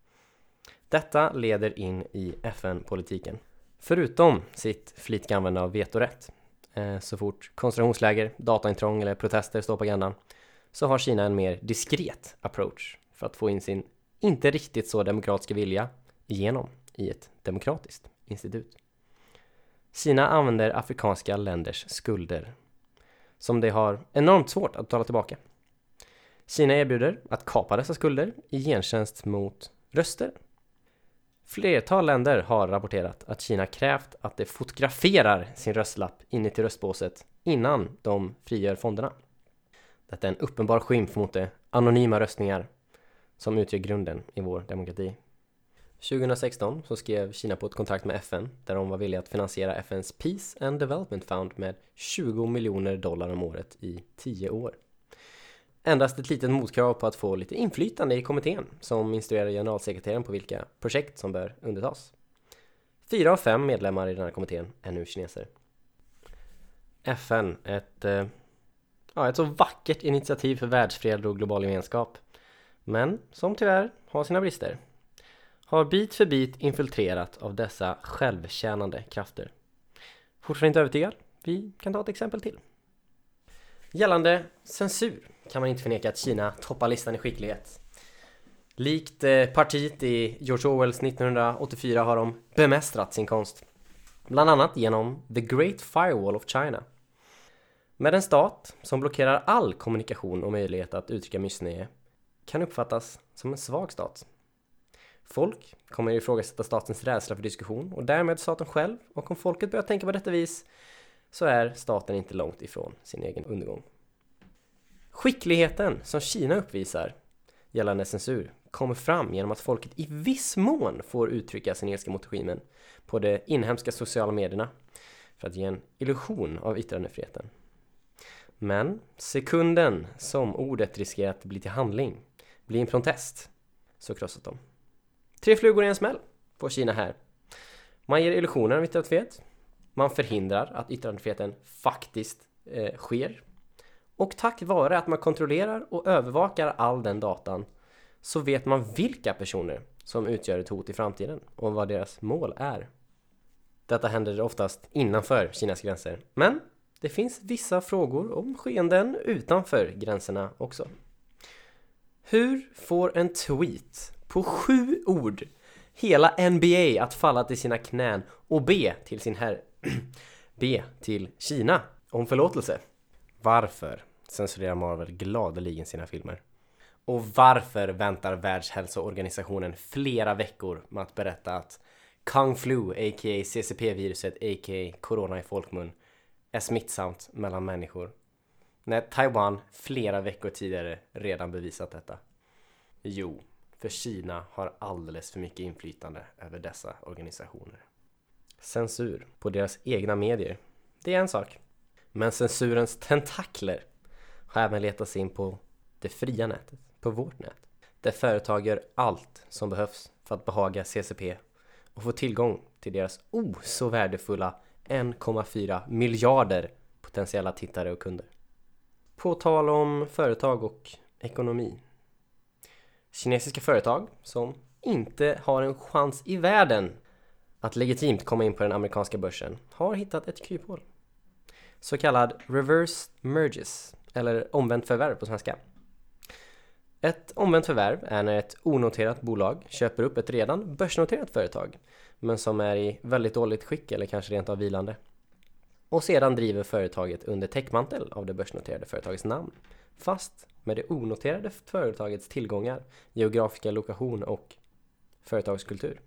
Detta leder in i F N-politiken. Förutom sitt flitiga användande av vetorätt, eh, så fort koncentrationsläger, dataintrång eller protester står på agendan, så har Kina en mer diskret approach för att få in sin inte riktigt så demokratiska vilja igenom i ett demokratiskt institut. Kina använder afrikanska länders skulder som de har enormt svårt att betala tillbaka. Kina erbjuder att kapa dessa skulder i gentjänst mot röster. Flertal länder har rapporterat att Kina krävt att de fotograferar sin röstlapp inne till röstbåset innan de frigör fonderna. Detta är en uppenbar skymf mot de anonyma röstningar som utgör grunden i vår demokrati. tjugohundrasexton så skrev Kina på ett kontrakt med F N där de var villiga att finansiera F N:s Peace and Development Fund med tjugo miljoner dollar om året i tio år. Endast ett litet motkrav på att få lite inflytande i kommittén som instruerar generalsekreteraren på vilka projekt som bör undertas. Fyra av fem medlemmar i den här kommittén är nu kineser. F N, ett, eh, ja, ett så vackert initiativ för världsfred och global gemenskap, men som tyvärr har sina brister. har bit för bit infiltrerat av dessa självtjänande krafter. Fortfarande inte övertygad? Vi kan ta ett exempel till. Gällande censur kan man inte förneka att Kina toppar listan i skicklighet. Likt partiet i George Orwells nittonhundraåttiofyra har de bemästrat sin konst. Bland annat genom The Great Firewall of China. Med en stat som blockerar all kommunikation och möjlighet att uttrycka missnöje kan uppfattas som en svag stat. Folk kommer ifrågasätta statens rädsla för diskussion och därmed staten själv, och om folket börjar tänka på detta vis så är staten inte långt ifrån sin egen undergång. Skickligheten som Kina uppvisar gällande censur kommer fram genom att folket i viss mån får uttrycka sin ilska mot regimen på de inhemska sociala medierna för att ge en illusion av yttrandefriheten. Men sekunden som ordet riskerar att bli till handling, bli en protest, så krossat de. Tre flugor i en smäll får Kina här. Man ger illusioner av yttrandefrihet. Man förhindrar att yttrandefriheten faktiskt eh, sker. Och tack vare att man kontrollerar och övervakar all den datan så vet man vilka personer som utgör ett hot i framtiden och vad deras mål är. Detta händer oftast innanför Kinas gränser. Men det finns vissa frågor om skeenden utanför gränserna också. Hur får en tweet på sju ord hela N B A att falla till sina knän och be till sin herre, be till Kina om förlåtelse? Varför censurerar Marvel gladeligen sina filmer? Och varför väntar Världshälsoorganisationen flera veckor med att berätta att Kung Flu, a k a. C C P-viruset, a k a. Corona i folkmun, är smittsamt mellan människor, när Taiwan flera veckor tidigare redan bevisat detta? Jo, för Kina har alldeles för mycket inflytande över dessa organisationer. Censur på deras egna medier, det är en sak. Men censurens tentakler har även letat sig in på det fria nätet, på vårt nät, där företag gör allt som behövs för att behaga C C P och få tillgång till deras oh så värdefulla en komma fyra miljarder potentiella tittare och kunder. På tal om företag och ekonomi. Kinesiska företag som inte har en chans i världen att legitimt komma in på den amerikanska börsen har hittat ett kryphål. Så kallad reverse merges, eller omvänt förvärv på svenska. Ett omvänt förvärv är när ett onoterat bolag köper upp ett redan börsnoterat företag, men som är i väldigt dåligt skick eller kanske rent av vilande. Och sedan driver företaget under täckmantel av det börsnoterade företagets namn, fast med det onoterade företagets tillgångar, geografiska lokation och företagskultur.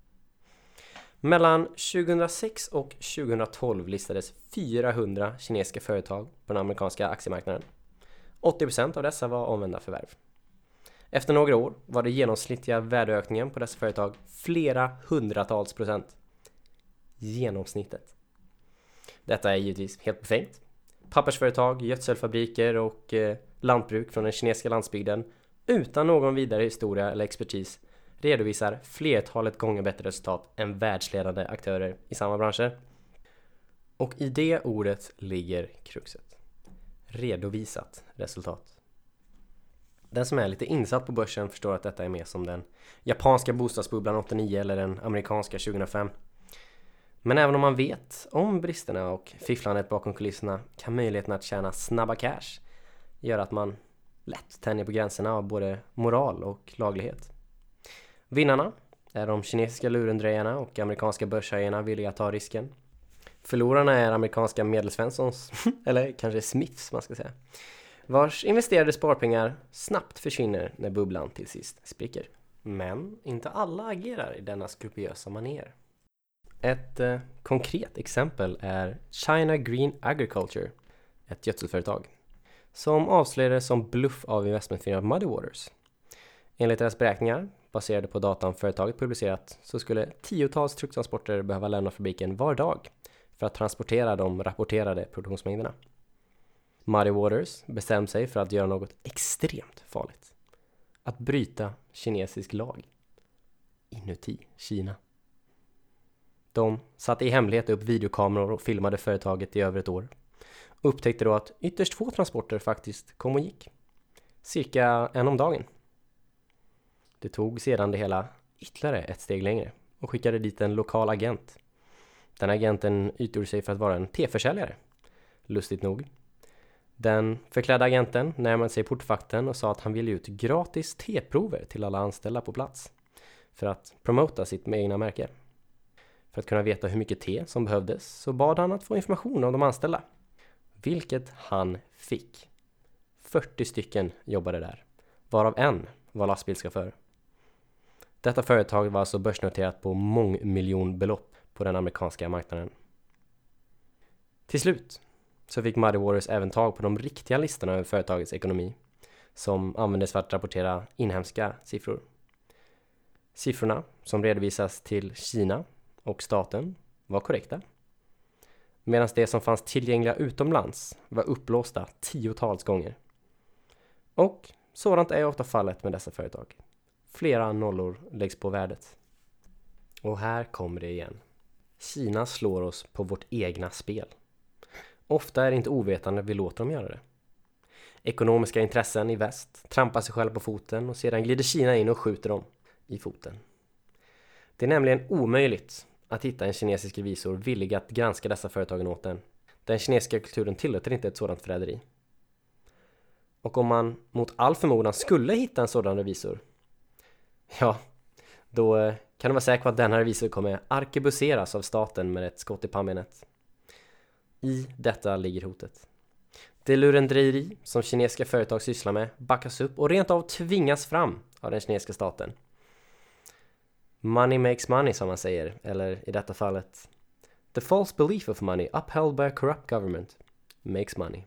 Mellan tjugohundrasex och tjugohundratolv listades fyrahundra kinesiska företag på den amerikanska aktiemarknaden. åttio procent av dessa var omvända förvärv. Efter några år var det genomsnittliga värdeökningen på dessa företag flera hundratals procent. Genomsnittet. Detta är givetvis helt befängt. Pappersföretag, gödselfabriker och eh, lantbruk från den kinesiska landsbygden utan någon vidare historia eller expertis redovisar flertalet gånger bättre resultat än världsledande aktörer i samma branscher. Och i det ordet ligger kruxet. Redovisat resultat. Den som är lite insatt på börsen förstår att detta är mer som den japanska bostadsbubblan åttionio eller den amerikanska tjugohundrafem. Men även om man vet om bristerna och fifflandet bakom kulisserna kan möjligheten att tjäna snabba cash göra att man lätt tänjer på gränserna av både moral och laglighet. Vinnarna är de kinesiska lurendrejarna och amerikanska börshajarna villiga att ta risken. Förlorarna är amerikanska medelsvenssons, eller kanske Smiths man ska säga, vars investerade sparpengar snabbt försvinner när bubblan till sist spricker. Men inte alla agerar i denna skrupiösa manér. Ett eh, konkret exempel är China Green Agriculture, ett gödselföretag, som avslöjades som bluff av investmentfirman Muddy Waters. Enligt deras beräkningar, baserade på datan företaget publicerat, så skulle tiotals trucktransporter behöva lämna fabriken var dag för att transportera de rapporterade produktionsmängderna. Muddy Waters bestämde sig för att göra något extremt farligt. Att bryta kinesisk lag inuti Kina. De satte i hemlighet upp videokameror och filmade företaget i över ett år. Och upptäckte då att ytterst få transporter faktiskt kom och gick. Cirka en om dagen. Det tog sedan det hela ytterligare ett steg längre och skickade dit en lokal agent. Den agenten utgjorde sig för att vara en teförsäljare. Lustigt nog. Den förklädda agenten närmade sig portvakten och sa att han ville ut gratis teprover till alla anställda på plats för att promota sitt egna märke. För att kunna veta hur mycket te som behövdes så bad han att få information om de anställda. Vilket han fick. fyrtio stycken jobbade där, varav en var lastbilschaufför. Detta företag var alltså börsnoterat på mångmiljonbelopp på den amerikanska marknaden. Till slut så fick Muddy Waters även tag på de riktiga listorna över företagets ekonomi som användes för att rapportera inhemska siffror. Siffrorna som redovisas till Kina och staten var korrekta, medan det som fanns tillgängliga utomlands var upplåsta tiotals gånger. Och sådant är ofta fallet med dessa företag. Flera nollor läggs på värdet. Och här kommer det igen. Kina slår oss på vårt egna spel. Ofta är det inte ovetande vi låter dem göra det. Ekonomiska intressen i väst trampar sig själv på foten och sedan glider Kina in och skjuter dem i foten. Det är nämligen omöjligt att hitta en kinesisk revisor villig att granska dessa företagen åt den. Den kinesiska kulturen tillåter inte ett sådant förräderi. Och om man mot all förmodan skulle hitta en sådan revisor, ja, då kan det vara säkert att denna revisor kommer arkebuseras av staten med ett skott i pannbenet. I detta ligger hotet. Det lurendrejeri som kinesiska företag sysslar med backas upp och rent av tvingas fram av den kinesiska staten. Money makes money, som man säger, eller i detta fallet the false belief of money upheld by a corrupt government makes money.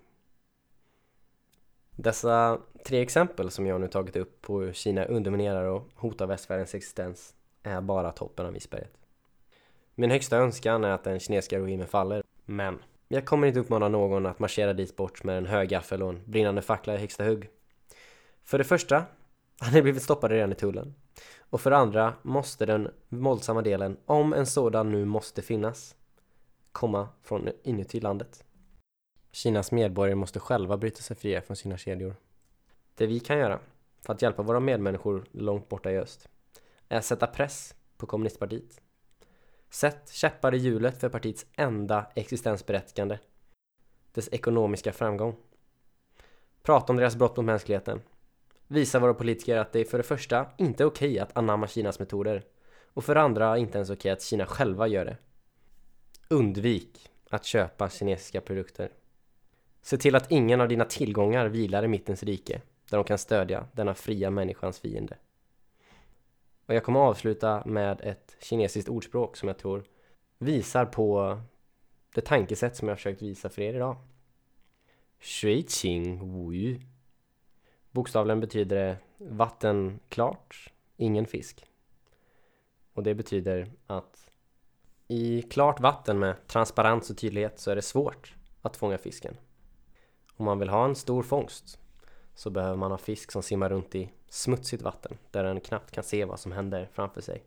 Dessa tre exempel som jag nu tagit upp på hur Kina underminerar och hotar västvärldens existens är bara toppen av isberget. Min högsta önskan är att den kinesiska regimen faller, men jag kommer inte uppmana någon att marschera dit bort med en hög gaffel och en brinnande fackla i högsta hugg. För det första har ni blivit stoppade redan i tullen. Och för det andra måste den våldsamma delen, om en sådan nu måste finnas, komma från inuti landet. Kinas medborgare måste själva bryta sig fria från sina kedjor. Det vi kan göra för att hjälpa våra medmänniskor långt borta i öst är att sätta press på kommunistpartiet. Sätt käppar i hjulet för partiets enda existensberättigande, dess ekonomiska framgång. Prata om deras brott mot mänskligheten. Visa våra politiker att det för det första inte är okej att anamma Kinas metoder och för det andra inte ens okej att Kina själva gör det. Undvik att köpa kinesiska produkter. Se till att ingen av dina tillgångar vilar i mittens rike där de kan stödja denna fria människans fiende. Och jag kommer avsluta med ett kinesiskt ordspråk som jag tror visar på det tankesätt som jag har försökt visa för er idag. Shui qing wu yu. Bokstavligen betyder det vatten klart, ingen fisk. Och det betyder att i klart vatten med transparens och tydlighet så är det svårt att fånga fisken. Om man vill ha en stor fångst så behöver man ha fisk som simmar runt i smutsigt vatten där den knappt kan se vad som händer framför sig.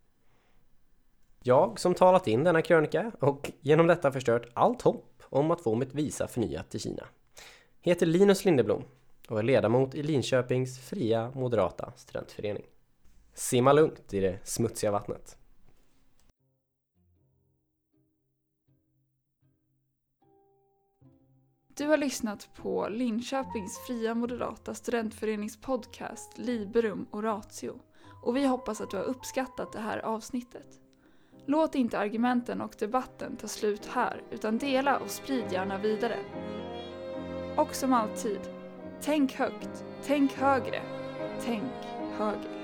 Jag som talat in denna krönika och genom detta förstört allt hopp om att få mitt visa förnyat till Kina heter Linus Lindeblom och är ledamot i Linköpings fria moderata studentförening. Simma lugnt i det smutsiga vattnet. Du har lyssnat på Linköpings fria moderata studentförenings podcast Liberum Oratio och vi hoppas att du har uppskattat det här avsnittet. Låt inte argumenten och debatten ta slut här utan dela och sprid gärna vidare. Och som alltid, tänk högt, tänk högre, tänk högre.